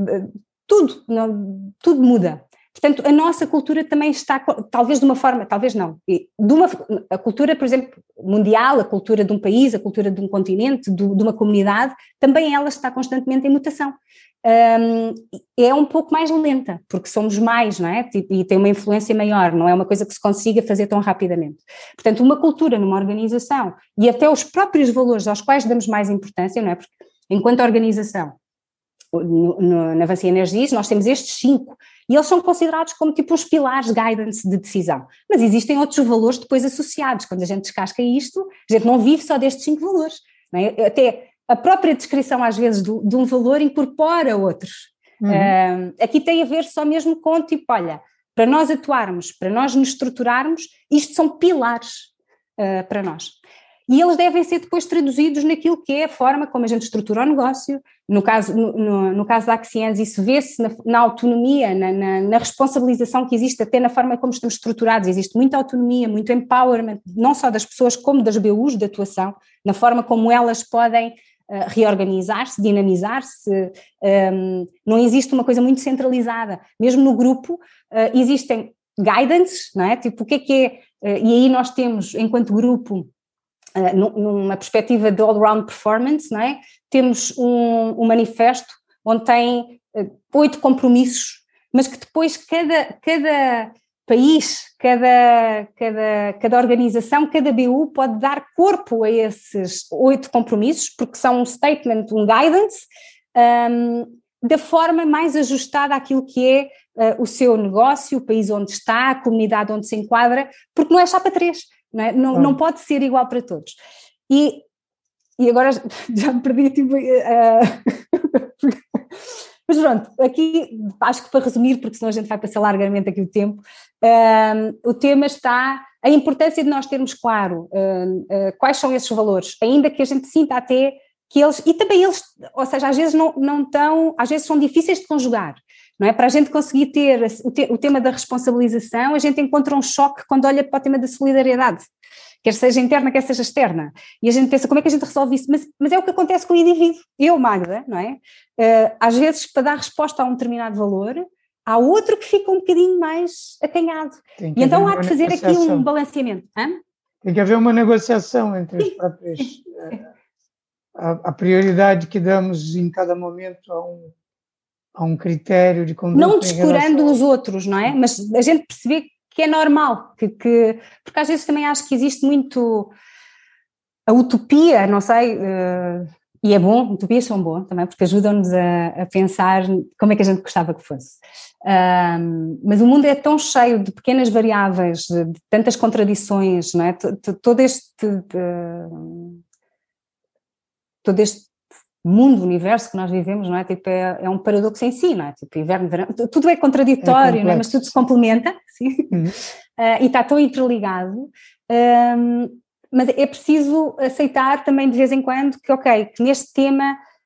tudo muda. Portanto, a nossa cultura também está, talvez de uma forma, talvez não, a cultura, por exemplo, mundial, a cultura de um país, a cultura de um continente, de uma comunidade, também ela está constantemente em mutação. É um pouco mais lenta, porque somos mais, não é? E tem uma influência maior, não é uma coisa que se consiga fazer tão rapidamente. Portanto, uma cultura numa organização e até os próprios valores aos quais damos mais importância, não é? Porque enquanto organização, na Vinci Energies, nós temos estes 5 e eles são considerados como tipo os pilares de guidance de decisão, mas existem outros valores depois associados. Quando a gente descasca isto, a gente não vive só destes 5 valores, não é? Até a própria descrição às vezes de um valor incorpora outros. Aqui tem a ver só mesmo com tipo, olha, para nós atuarmos, para nós nos estruturarmos, isto são pilares para nós. E eles devem ser depois traduzidos naquilo que é a forma como a gente estrutura o negócio. No caso da Axians, isso vê-se na autonomia, na responsabilização que existe até na forma como estamos estruturados. Existe muita autonomia, muito empowerment, não só das pessoas como das BUs de atuação, na forma como elas podem reorganizar-se, dinamizar-se. Não existe uma coisa muito centralizada. Mesmo no grupo existem guidance, não é? Tipo, o que é, e aí nós temos, enquanto grupo, numa perspectiva de all-round performance, não é? Temos um manifesto onde tem 8 compromissos, mas que depois cada país, cada organização, cada BU pode dar corpo a esses 8 compromissos, porque são um statement, um guidance, da forma mais ajustada àquilo que é o seu negócio, o país onde está, a comunidade onde se enquadra, porque não é chapa 3. Não, é? Não pode ser igual para todos. E agora já me perdi, tipo, mas pronto, aqui acho que para resumir, porque senão a gente vai passar largamente aqui o tempo, o tema está, a importância de nós termos claro quais são esses valores, ainda que a gente sinta até que eles, e também eles, ou seja, às vezes não estão, às vezes são difíceis de conjugar, não é? Para a gente conseguir ter o tema da responsabilização, a gente encontra um choque quando olha para o tema da solidariedade, quer seja interna, quer seja externa, e a gente pensa, como é que a gente resolve isso? Mas é o que acontece com o indivíduo, eu, Magda, não é? Às vezes, para dar resposta a um determinado valor, há outro que fica um bocadinho mais acanhado, e então há de fazer aqui um balanceamento. Tem que haver uma negociação entre as próprias... A prioridade que damos em cada momento a um critério de conduta. Não descurando os outros, não é? Mas a gente perceber que é normal, porque às vezes também acho que existe muito a utopia, não sei, e é bom, utopias são boas também, porque ajudam-nos a pensar como é que a gente gostava que fosse. Mas o mundo é tão cheio de pequenas variáveis, de tantas contradições, não é? Todo este mundo, universo que nós vivemos, não é? Tipo, é um paradoxo em si, não é? Tipo, inverno, verão, tudo é contraditório, não é? Mas tudo se complementa, sim? E está tão interligado, mas é preciso aceitar também de vez em quando que, ok, que neste tema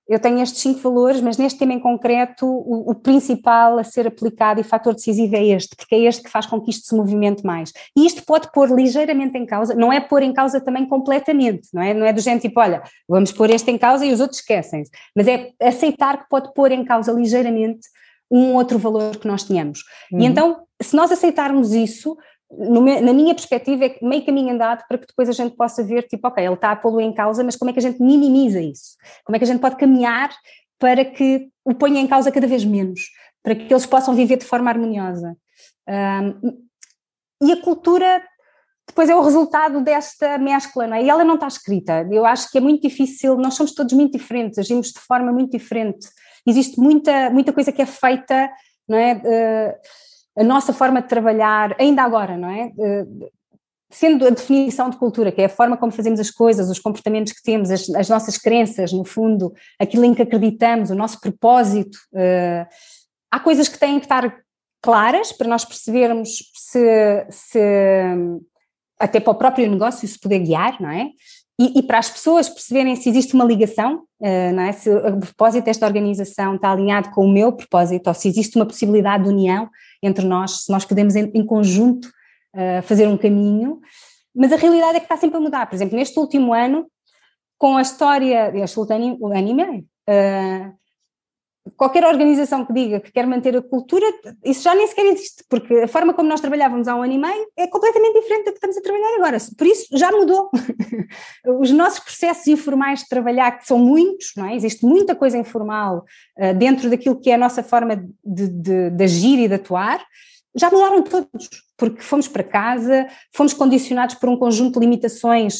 eu tenho estes 5 valores, mas neste tema em concreto o principal a ser aplicado e fator decisivo é este, porque é este que faz com que isto se movimente mais. E isto pode pôr ligeiramente em causa, não é pôr em causa também completamente, não é do género tipo, olha, vamos pôr este em causa e os outros esquecem-se, mas é aceitar que pode pôr em causa ligeiramente um outro valor que nós tínhamos. E então, se nós aceitarmos isso, na minha perspectiva é meio caminho andado para que depois a gente possa ver, tipo, ok, ele está a pô-lo em causa, mas como é que a gente minimiza isso? Como é que a gente pode caminhar para que o ponha em causa cada vez menos, para que eles possam viver de forma harmoniosa? E a cultura depois é o resultado desta mescla, não é? E ela não está escrita, eu acho que é muito difícil, nós somos todos muito diferentes, agimos de forma muito diferente, existe muita coisa que é feita, não é? A nossa forma de trabalhar, ainda agora, não é? Sendo a definição de cultura, que é a forma como fazemos as coisas, os comportamentos que temos, as nossas crenças, no fundo, aquilo em que acreditamos, o nosso propósito, há coisas que têm que estar claras para nós percebermos se até para o próprio negócio se poder guiar, não é? E para as pessoas perceberem se existe uma ligação, não é? Se o propósito desta organização está alinhado com o meu propósito, ou se existe uma possibilidade de união entre nós, se nós podemos em conjunto fazer um caminho, mas a realidade é que está sempre a mudar. Por exemplo, neste último ano, com a história deste último anime, qualquer organização que diga que quer manter a cultura, isso já nem sequer existe, porque a forma como nós trabalhávamos há um ano e meio é completamente diferente da que estamos a trabalhar agora, por isso já mudou. Os nossos processos informais de trabalhar, que são muitos, não é? Existe muita coisa informal dentro daquilo que é a nossa forma de agir e de atuar, já mudaram todos, porque fomos para casa, fomos condicionados por um conjunto de limitações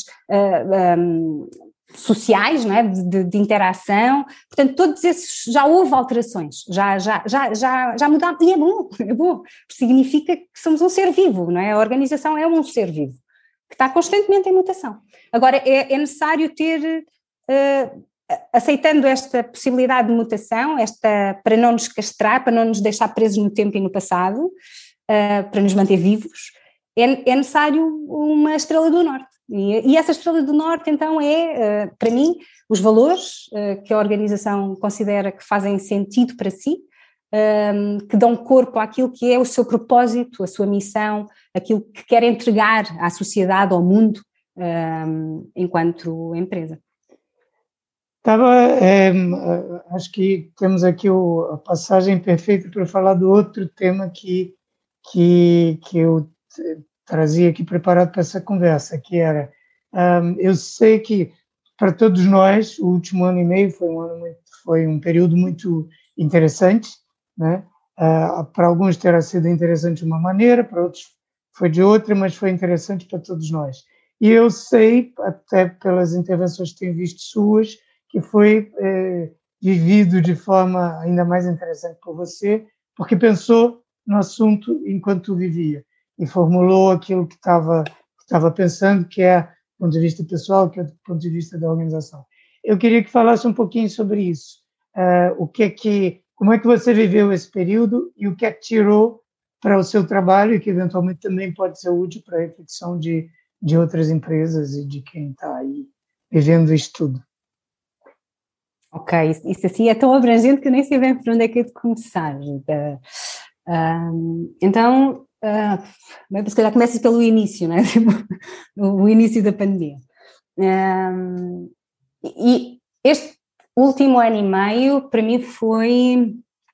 sociais, não é? de interação, portanto todos esses, já houve alterações, já mudaram, e é bom, significa que somos um ser vivo, não é? A organização é um ser vivo, que está constantemente em mutação. Agora é necessário ter, aceitando esta possibilidade de mutação, para não nos castrar, para não nos deixar presos no tempo e no passado, para nos manter vivos, é necessário uma estrela do norte. E essa estrela do norte, então, é, para mim, os valores que a organização considera que fazem sentido para si, que dão corpo àquilo que é o seu propósito, a sua missão, aquilo que quer entregar à sociedade, ao mundo, enquanto empresa. Acho que temos aqui a passagem perfeita para falar do outro tema que eu trazia aqui preparado para essa conversa, que era, eu sei que para todos nós o último ano e meio foi um período muito interessante, né? Para alguns terá sido interessante de uma maneira, para outros foi de outra, mas foi interessante para todos nós. E eu sei, até pelas intervenções que tenho visto suas, que foi vivido de forma ainda mais interessante por você, porque pensou no assunto enquanto vivia e formulou aquilo que estava pensando, que é do ponto de vista pessoal, que é do ponto de vista da organização. Eu queria que falasse um pouquinho sobre isso. Como é que você viveu esse período e o que é que tirou para o seu trabalho e que eventualmente também pode ser útil para a reflexão de outras empresas e de quem está aí vivendo isto tudo. Ok, isso assim é tão abrangente que eu nem sei bem por onde é que é de começar. Então, se calhar começas pelo início, não é? O início da pandemia. E este último ano e meio, para mim foi...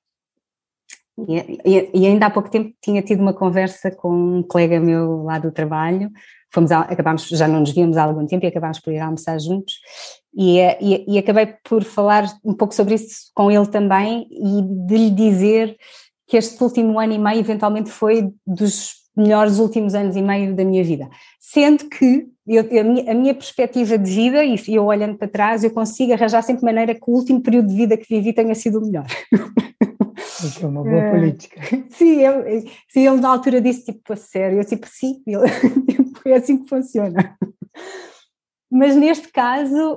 E ainda há pouco tempo tinha tido uma conversa com um colega meu lá do trabalho, já não nos víamos há algum tempo e acabámos por ir almoçar juntos, e acabei por falar um pouco sobre isso com ele também e de lhe dizer que este último ano e meio eventualmente foi dos melhores últimos anos e meio da minha vida, sendo que a minha perspectiva de vida, e eu olhando para trás, eu consigo arranjar sempre maneira que o último período de vida que vivi tenha sido o melhor. Isso é uma boa política. Sim, ele na altura disse, tipo, a sério, eu tipo, sim, é assim que funciona. Mas neste caso,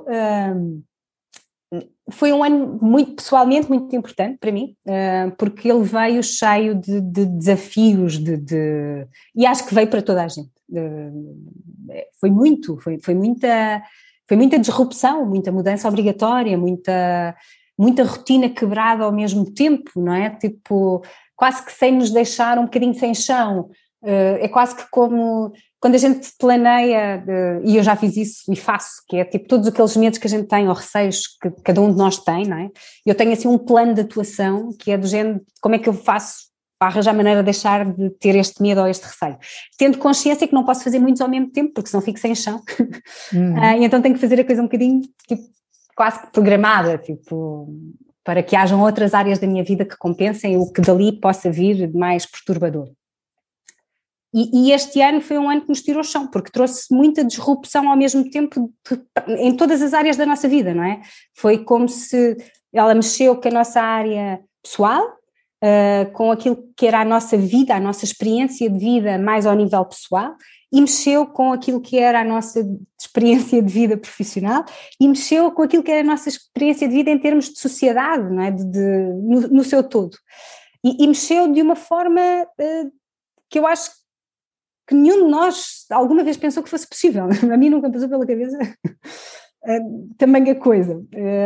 foi um ano pessoalmente muito importante para mim, porque ele veio cheio de desafios, e acho que veio para toda a gente. Foi muita disrupção, muita mudança obrigatória, muita muita rotina quebrada ao mesmo tempo, não é? Tipo, quase que sem nos deixar um bocadinho sem chão. É quase que como quando a gente planeia, e eu já fiz isso e faço, que é tipo todos aqueles medos que a gente tem ou receios que cada um de nós tem, não é? Eu tenho assim um plano de atuação que é do género, como é que eu faço para arranjar maneira de deixar de ter este medo ou este receio, tendo consciência que não posso fazer muitos ao mesmo tempo, porque senão fico sem chão. E então tenho que fazer a coisa um bocadinho tipo, quase que programada, tipo, para que hajam outras áreas da minha vida que compensem o que dali possa vir de mais perturbador. E este ano foi um ano que nos tirou o chão, porque trouxe muita disrupção ao mesmo tempo em todas as áreas da nossa vida, não é? Foi como se ela mexeu com a nossa área pessoal, com aquilo que era a nossa vida, a nossa experiência de vida mais ao nível pessoal, e mexeu com aquilo que era a nossa experiência de vida profissional, e mexeu com aquilo que era a nossa experiência de vida em termos de sociedade, não é? No seu todo. E mexeu de uma forma que eu acho que nenhum de nós alguma vez pensou que fosse possível. A mim nunca passou pela cabeça também a coisa.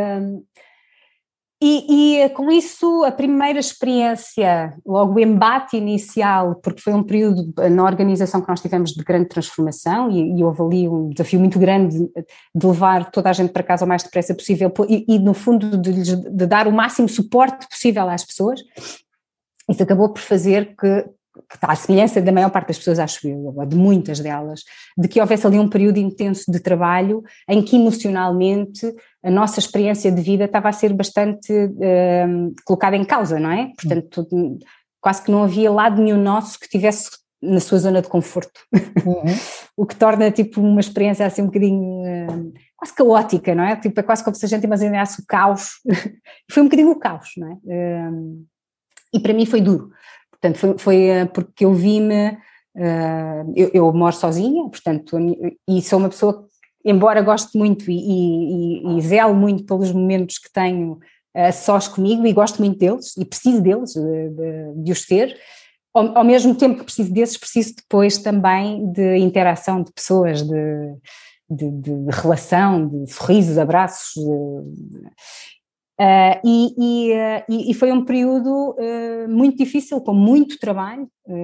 E com isso, a primeira experiência, logo o embate inicial, porque foi um período na organização que nós tivemos de grande transformação e houve ali um desafio muito grande de levar toda a gente para casa o mais depressa possível e no fundo, de dar o máximo suporte possível às pessoas. Isso acabou por fazer que à semelhança da maior parte das pessoas, acho eu, ou de muitas delas, de que houvesse ali um período intenso de trabalho em que emocionalmente a nossa experiência de vida estava a ser bastante colocada em causa, não é? Portanto, quase que não havia lado nenhum nosso que estivesse na sua zona de conforto. O que torna tipo uma experiência assim um bocadinho quase caótica, não é? Tipo, é quase como se a gente imaginasse o caos. Foi um bocadinho o caos, não é? E para mim foi duro. Portanto, foi porque eu vi-me, eu moro sozinha, portanto, e sou uma pessoa, embora goste muito e zelo muito pelos momentos que tenho sós comigo, e gosto muito deles, e preciso deles, de os ter, ao mesmo tempo que preciso desses, preciso depois também de interação de pessoas, de relação, de sorrisos, abraços. E foi um período muito difícil, com muito trabalho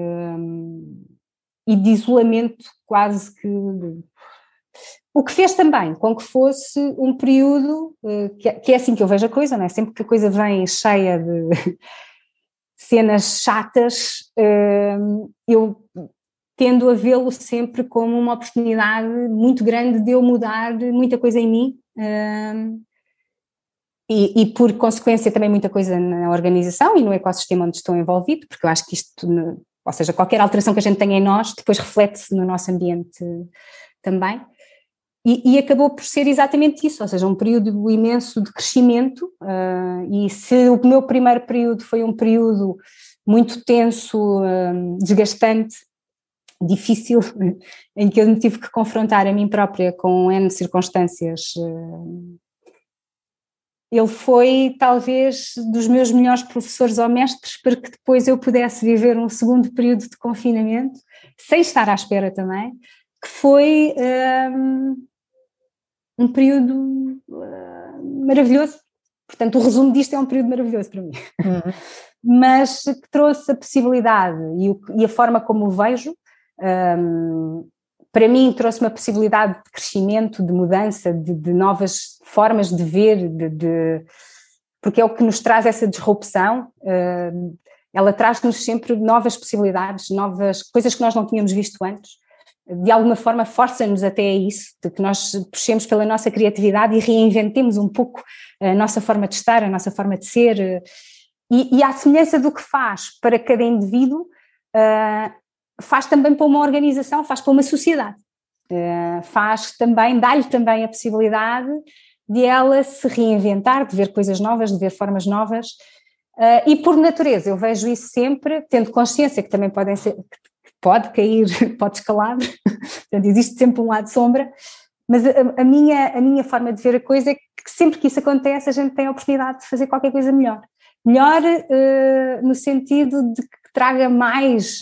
e de isolamento quase que... O que fez também com que fosse um período, que é assim que eu vejo a coisa, não é? Sempre que a coisa vem cheia de cenas chatas, eu tendo a vê-lo sempre como uma oportunidade muito grande de eu mudar muita coisa em mim, e por consequência também muita coisa na organização e no ecossistema onde estou envolvido, porque eu acho que isto, ou seja, qualquer alteração que a gente tenha em nós, depois reflete-se no nosso ambiente também, e acabou por ser exatamente isso, ou seja, um período imenso de crescimento, e se o meu primeiro período foi um período muito tenso, desgastante, difícil, em que eu me tive que confrontar a mim própria com N circunstâncias. Ele foi talvez dos meus melhores professores ou mestres para que depois eu pudesse viver um segundo período de confinamento, sem estar à espera também, que foi um período maravilhoso. Portanto, o resumo disto é um período maravilhoso para mim. Mas que trouxe a possibilidade e a forma como o vejo, para mim trouxe uma possibilidade de crescimento, de mudança, de novas formas de ver, porque é o que nos traz essa disrupção. Ela traz-nos sempre novas possibilidades, novas coisas que nós não tínhamos visto antes. De alguma forma força-nos até a isso, de que nós puxemos pela nossa criatividade e reinventemos um pouco a nossa forma de estar, a nossa forma de ser, e à semelhança do que faz para cada indivíduo, faz também para uma organização, faz para uma sociedade, faz também, dá-lhe também a possibilidade de ela se reinventar, de ver coisas novas, de ver formas novas, e por natureza eu vejo isso sempre, tendo consciência que também podem ser, pode cair, pode escalar, portanto existe sempre um lado de sombra, mas a minha forma de ver a coisa é que sempre que isso acontece a gente tem a oportunidade de fazer qualquer coisa melhor no sentido de que traga mais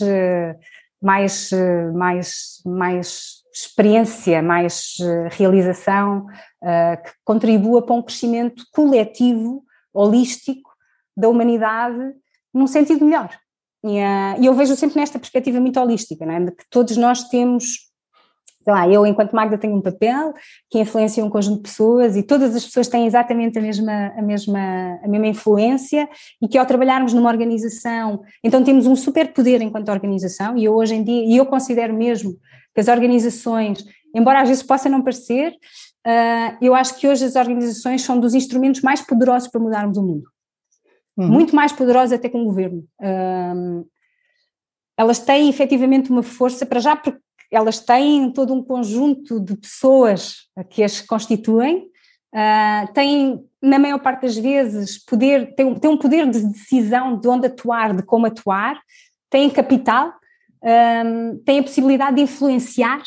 experiência, mais realização, que contribua para um crescimento coletivo holístico da humanidade num sentido melhor. E eu vejo sempre nesta perspectiva muito holística, não é? De que todos nós temos, sei lá, eu enquanto Magda tenho um papel que influencia um conjunto de pessoas e todas as pessoas têm exatamente a mesma influência, e que ao trabalharmos numa organização, então temos um superpoder enquanto organização. E eu hoje em dia, e eu considero mesmo que as organizações, embora às vezes possa não parecer, eu acho que hoje as organizações são dos instrumentos mais poderosos para mudarmos o mundo. Muito mais poderosos até que um governo. Elas têm efetivamente uma força, para já porque elas têm todo um conjunto de pessoas que as constituem, têm, na maior parte das vezes, têm um poder de decisão de onde atuar, de como atuar, têm capital, têm a possibilidade de influenciar.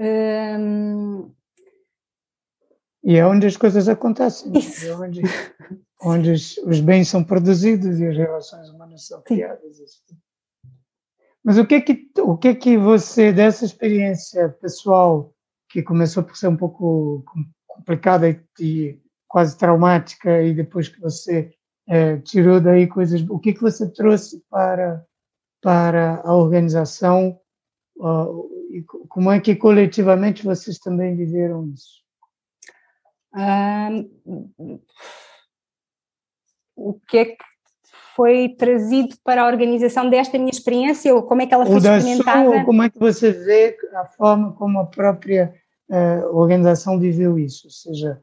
E é onde as coisas acontecem, é onde os bens são produzidos e as relações humanas são criadas. Mas o que é que você, dessa experiência pessoal, que começou por ser um pouco complicada e quase traumática, e depois que você tirou daí coisas, o que é que você trouxe para a organização, e como é que coletivamente vocês também viveram isso? O que é que foi trazido para a organização desta minha experiência, ou como é que ela foi experimentada? Ou como é que você vê a forma como a própria organização viveu isso? Ou seja,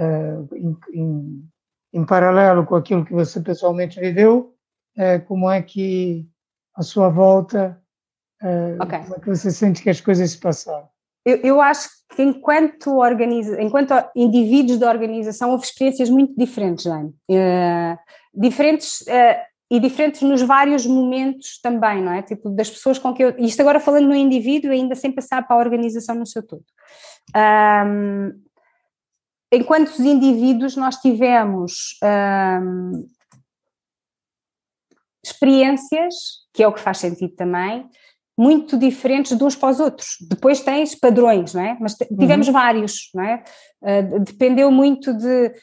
em paralelo com aquilo que você pessoalmente viveu, como é que à sua volta, como é que você sente que as coisas se passaram? Eu acho que enquanto indivíduos da organização houve experiências muito diferentes, Jaime. Diferentes nos vários momentos também, não é? Tipo, das pessoas com que isto agora falando no indivíduo, ainda sem passar para a organização no seu todo. Enquanto os indivíduos nós tivemos experiências, que é o que faz sentido também, muito diferentes de uns para os outros. Depois tens padrões, não é? Mas tivemos vários, não é? Dependeu muito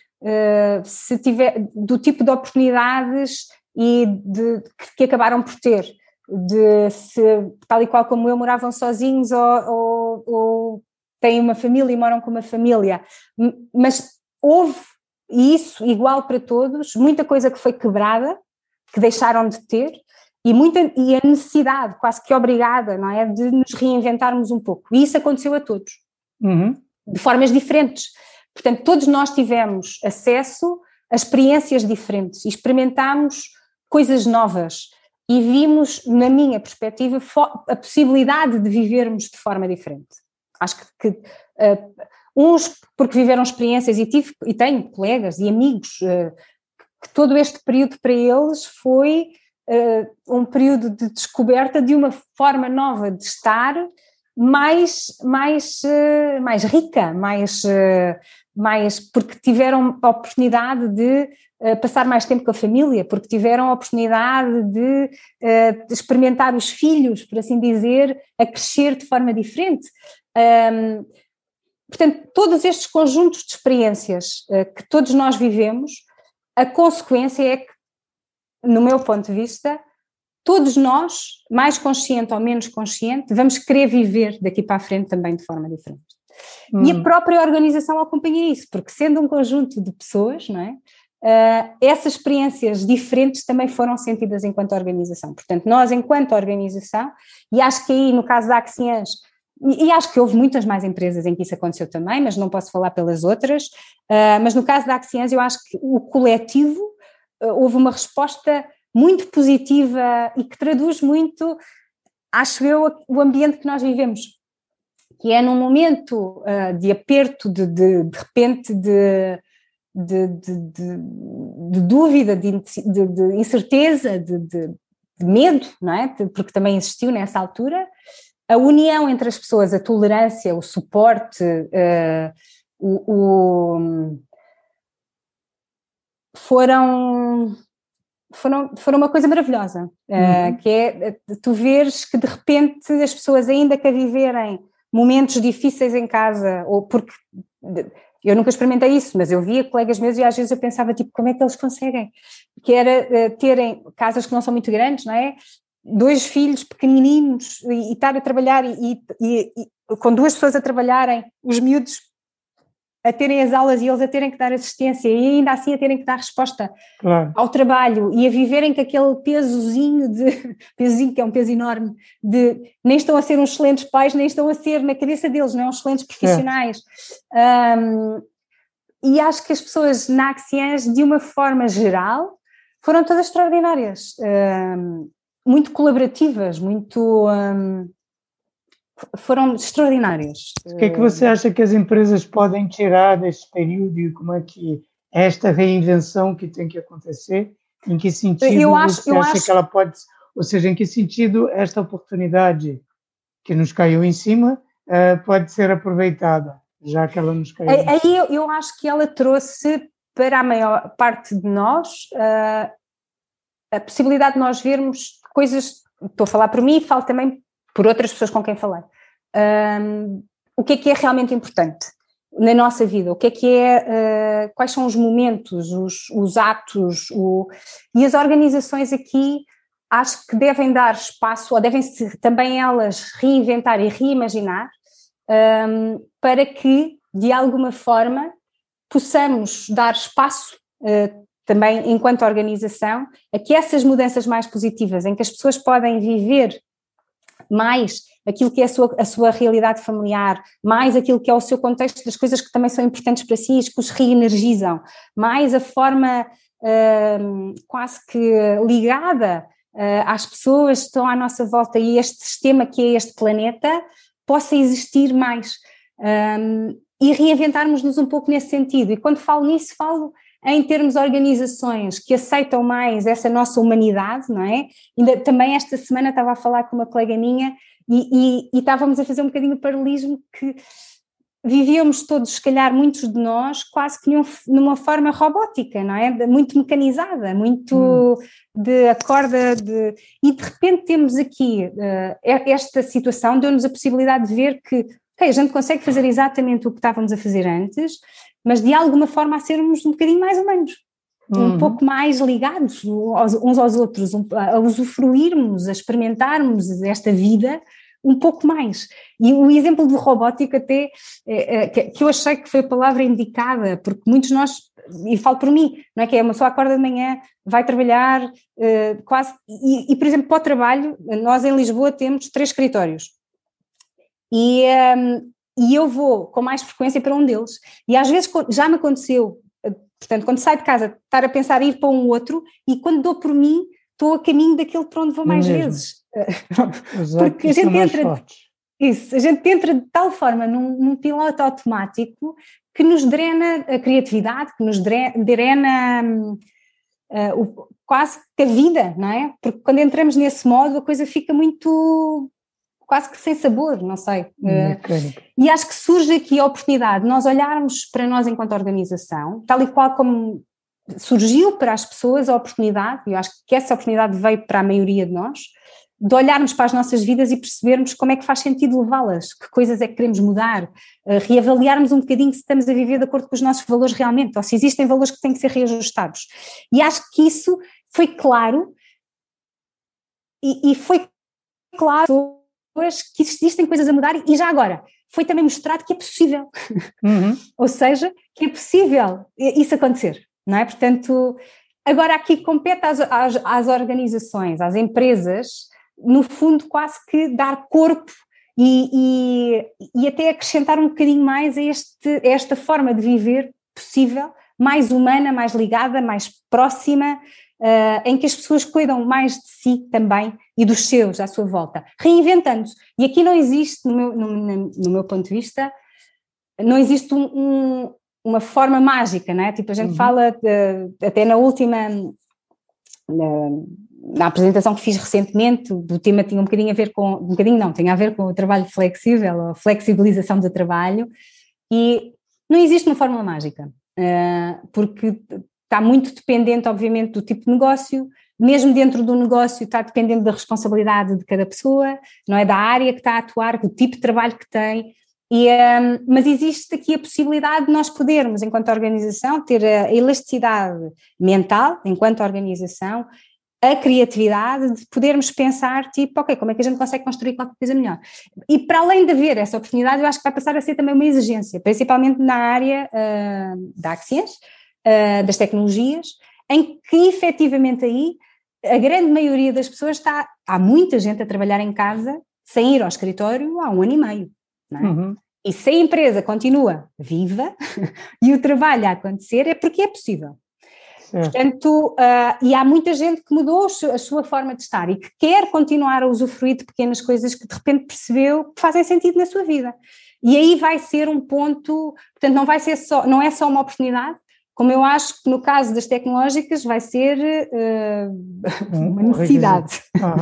do tipo de oportunidades e que acabaram por ter, de se, tal e qual como eu, moravam sozinhos ou têm uma família e moram com uma família. Mas houve, e isso igual para todos, muita coisa que foi quebrada, que deixaram de ter, e a necessidade, quase que obrigada, não é, de nos reinventarmos um pouco. E isso aconteceu a todos, de formas diferentes. Portanto, todos nós tivemos acesso a experiências diferentes e experimentámos coisas novas e vimos, na minha perspectiva, a possibilidade de vivermos de forma diferente. Acho que uns porque viveram experiências e tenho colegas e amigos que todo este período para eles foi um período de descoberta de uma forma nova de estar mais rica, mais porque tiveram a oportunidade de passar mais tempo com a família, porque tiveram a oportunidade de experimentar os filhos, por assim dizer, a crescer de forma diferente. Portanto, todos estes conjuntos de experiências que todos nós vivemos, a consequência é que, no meu ponto de vista, todos nós, mais consciente ou menos consciente, vamos querer viver daqui para a frente também de forma diferente. E a própria organização acompanha isso, porque sendo um conjunto de pessoas, não é? Essas experiências diferentes também foram sentidas enquanto organização. Portanto, nós enquanto organização, e acho que aí no caso da Axians, e acho que houve muitas mais empresas em que isso aconteceu também, mas não posso falar pelas outras, mas no caso da Axians eu acho que o coletivo houve uma resposta muito positiva e que traduz muito, acho eu, o ambiente que nós vivemos, que é num momento de aperto, de repente, de dúvida, de incerteza, de medo, não é? Porque também existiu nessa altura, a união entre as pessoas, a tolerância, o suporte, foram uma coisa maravilhosa, que é tu veres que de repente as pessoas ainda que a viverem momentos difíceis em casa, ou porque Eu nunca experimentei isso, mas eu via colegas meus e às vezes eu pensava, tipo, como é que eles conseguem? Que era terem casas que não são muito grandes, não é? 2 filhos pequenininhos e estar a trabalhar e com 2 pessoas a trabalharem, os miúdos a terem as aulas e eles a terem que dar assistência e ainda assim a terem que dar resposta ao trabalho e a viverem com aquele pesozinho que é um peso enorme, de nem estão a ser uns excelentes pais, nem estão a ser na cabeça deles, não é? Uns excelentes profissionais. E acho que as pessoas na Axians, de uma forma geral, foram todas extraordinárias, muito colaborativas, foram extraordinárias. O que é que você acha que as empresas podem tirar deste período e como é que esta reinvenção que tem que acontecer, em que sentido você acha que ela pode, ou seja, em que sentido esta oportunidade que nos caiu em cima pode ser aproveitada, já que ela nos caiu em cima? Aí eu acho que ela trouxe para a maior parte de nós a possibilidade de nós vermos coisas, estou a falar por mim e falo também por outras pessoas com quem falei, o que é realmente importante na nossa vida, o que é, quais são os momentos, os atos, e as organizações aqui acho que devem dar espaço, ou devem-se também elas reinventar e reimaginar, para que, de alguma forma, possamos dar espaço também enquanto organização a que essas mudanças mais positivas, em que as pessoas podem viver mais aquilo que é a sua realidade familiar, mais aquilo que é o seu contexto das coisas que também são importantes para si, que os reenergizam, mais a forma quase que ligada às pessoas que estão à nossa volta e este sistema que é este planeta possa existir mais, e reinventarmos-nos um pouco nesse sentido. E quando falo nisso, falo em termos de organizações que aceitam mais essa nossa humanidade, não é? Ainda, também esta semana estava a falar com uma colega minha e estávamos a fazer um bocadinho o paralelismo que vivíamos todos, se calhar muitos de nós, quase que numa forma robótica, não é? Muito mecanizada, muito de acorda, e de repente temos aqui esta situação, deu-nos a possibilidade de ver que a gente consegue fazer exatamente o que estávamos a fazer antes, mas de alguma forma a sermos um bocadinho mais humanos, um pouco mais ligados uns aos outros, a usufruirmos, a experimentarmos esta vida um pouco mais. E o exemplo do robótico até, que eu achei que foi a palavra indicada, porque muitos de nós, e falo por mim, não é que uma pessoa acorda de manhã, vai trabalhar, quase, e por exemplo para o trabalho, nós em Lisboa temos 3 escritórios, e eu vou com mais frequência para um deles, e às vezes já me aconteceu, portanto, quando saio de casa, estar a pensar em ir para um outro, e quando dou por mim, estou a caminho daquele para onde vou mais vezes. Porque a gente a gente entra de tal forma num piloto automático que nos drena a criatividade, que nos drena quase que a vida, não é? Porque quando entramos nesse modo a coisa fica muito, quase que sem sabor, não sei. E acho que surge aqui a oportunidade de nós olharmos para nós enquanto organização, tal e qual como surgiu para as pessoas a oportunidade, e eu acho que essa oportunidade veio para a maioria de nós, de olharmos para as nossas vidas e percebermos como é que faz sentido levá-las, que coisas é que queremos mudar, reavaliarmos um bocadinho se estamos a viver de acordo com os nossos valores realmente, ou se existem valores que têm que ser reajustados. E acho que isso foi claro, e foi claro que existem coisas a mudar, e já agora foi também mostrado que é possível, ou seja, que é possível isso acontecer, não é? Portanto, agora aqui compete às organizações, às empresas, no fundo quase que dar corpo e até acrescentar um bocadinho mais a esta forma de viver possível, mais humana, mais ligada, mais próxima, em que as pessoas cuidam mais de si também e dos seus à sua volta, reinventando-se. E aqui não existe, no meu ponto de vista, não existe uma forma mágica, não é? Tipo, a gente fala, até na última, na apresentação que fiz recentemente, o tema tinha um bocadinho a ver com, tinha a ver com o trabalho flexível, a flexibilização do trabalho, e não existe uma fórmula mágica, porque está muito dependente, obviamente, do tipo de negócio, mesmo dentro do negócio está dependente da responsabilidade de cada pessoa, não é? Da área que está a atuar, do tipo de trabalho que tem, Mas existe aqui a possibilidade de nós podermos, enquanto organização, ter a elasticidade mental, enquanto organização, a criatividade de podermos pensar, tipo, ok, como é que a gente consegue construir qualquer coisa melhor? E para além de haver essa oportunidade, eu acho que vai passar a ser também uma exigência, principalmente na área da ciência, das tecnologias, em que efetivamente aí a grande maioria das pessoas há muita gente a trabalhar em casa sem ir ao escritório há 1 ano e meio, não é? Uhum. E se a empresa continua viva e o trabalho a acontecer, é porque é possível. Certo. Portanto, e há muita gente que mudou a sua forma de estar e que quer continuar a usufruir de pequenas coisas que de repente percebeu que fazem sentido na sua vida. E aí vai ser um ponto, portanto, não é só uma oportunidade, como eu acho que no caso das tecnológicas vai ser uma necessidade.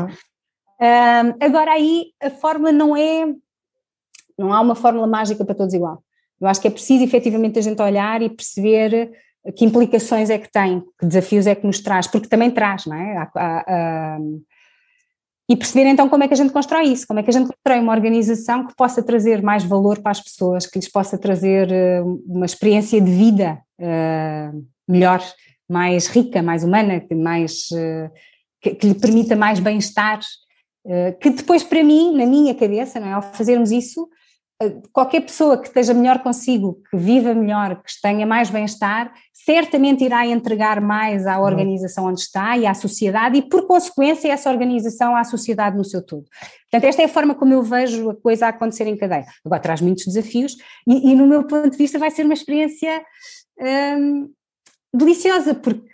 Agora aí a fórmula não há uma fórmula mágica para todos igual. Eu acho que é preciso efetivamente a gente olhar e perceber que implicações é que tem, que desafios é que nos traz, porque também traz, não é? E perceber então como é que a gente constrói isso, como é que a gente constrói uma organização que possa trazer mais valor para as pessoas, que lhes possa trazer uma experiência de vida melhor, mais rica, mais humana, que lhe permita mais bem-estar, que depois para mim, na minha cabeça, não é? Ao fazermos isso, qualquer pessoa que esteja melhor consigo, que viva melhor, que tenha mais bem-estar, certamente irá entregar mais à organização onde está e à sociedade e, por consequência, essa organização à sociedade no seu todo. Portanto, esta é a forma como eu vejo a coisa a acontecer em cadeia. Agora, traz muitos desafios e no meu ponto de vista, vai ser uma experiência deliciosa, porque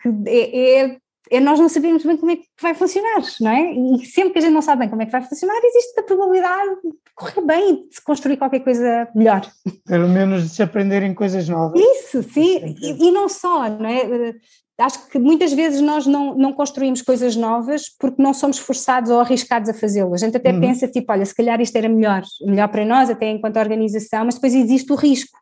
nós não sabemos bem como é que vai funcionar, não é? E sempre que a gente não sabe bem como é que vai funcionar, existe a probabilidade de correr bem e de se construir qualquer coisa melhor. Pelo menos de se aprenderem coisas novas. Isso, sim, e não só, não é? Acho que muitas vezes nós não construímos coisas novas porque não somos forçados ou arriscados a fazê-lo. A gente até pensa, tipo, olha, se calhar isto era melhor para nós, até enquanto organização, mas depois existe o risco.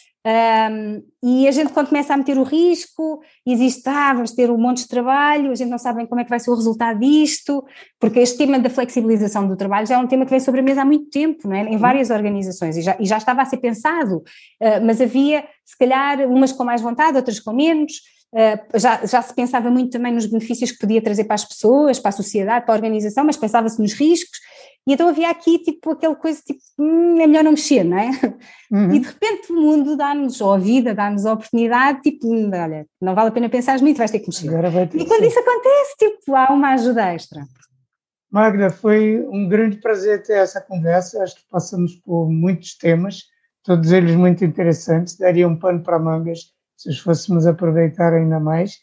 E a gente, quando começa a meter o risco, existe, vamos ter um monte de trabalho, a gente não sabe bem como é que vai ser o resultado disto, porque este tema da flexibilização do trabalho já é um tema que vem sobre a mesa há muito tempo, não é? Em várias organizações, e já estava a ser pensado, mas havia, se calhar, umas com mais vontade, outras com menos. Já se pensava muito também nos benefícios que podia trazer para as pessoas, para a sociedade, para a organização, mas pensava-se nos riscos, e então havia aqui tipo aquela coisa, tipo, é melhor não mexer, não é? E de repente o mundo dá-nos, ou a vida dá-nos a oportunidade, tipo, olha, não vale a pena pensar muito, vais ter que mexer. E quando isso acontece, tipo, há uma ajuda extra. Magda, foi um grande prazer ter essa conversa, acho que passamos por muitos temas, todos eles muito interessantes, daria um pano para mangas se os fôssemos aproveitar ainda mais,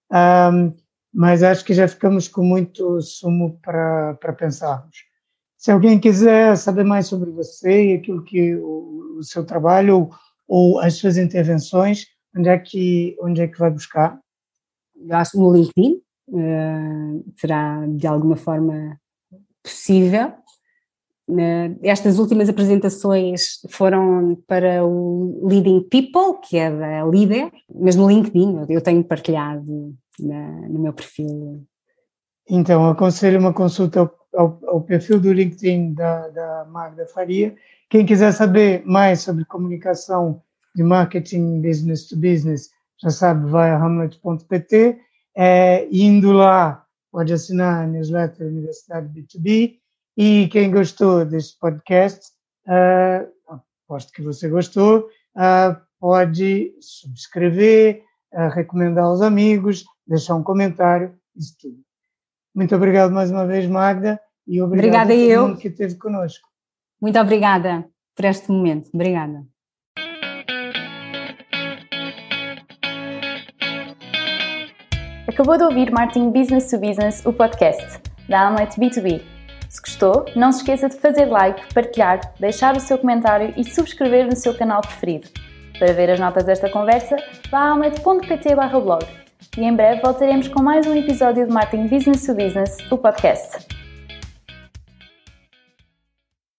mas acho que já ficamos com muito sumo para pensarmos. Se alguém quiser saber mais sobre você e aquilo que o seu trabalho ou as suas intervenções, onde é que vai buscar? Eu acho que no LinkedIn será de alguma forma possível. Estas últimas apresentações foram para o Leading People, que é da Líder, mas no LinkedIn eu tenho partilhado no meu perfil. Então, aconselho uma consulta ao perfil do LinkedIn da Magda Faria. Quem quiser saber mais sobre comunicação de marketing business to business, já sabe, vai a hamlet.pt. Indo lá, pode assinar a newsletter Universidade B2B. E quem gostou deste podcast, aposto que você gostou, pode subscrever, recomendar aos amigos, deixar um comentário, isso tudo. Muito obrigado mais uma vez, Magda, e obrigado a todo mundo que esteve connosco. Muito obrigada por este momento. Obrigada. Acabou de ouvir Marketing Business to Business, o podcast da Hamlet B2B. Se gostou, não se esqueça de fazer like, partilhar, deixar o seu comentário e subscrever no seu canal preferido. Para ver as notas desta conversa, vá a hamlet.pt/blog. E em breve voltaremos com mais um episódio de Marketing Business to Business, o podcast.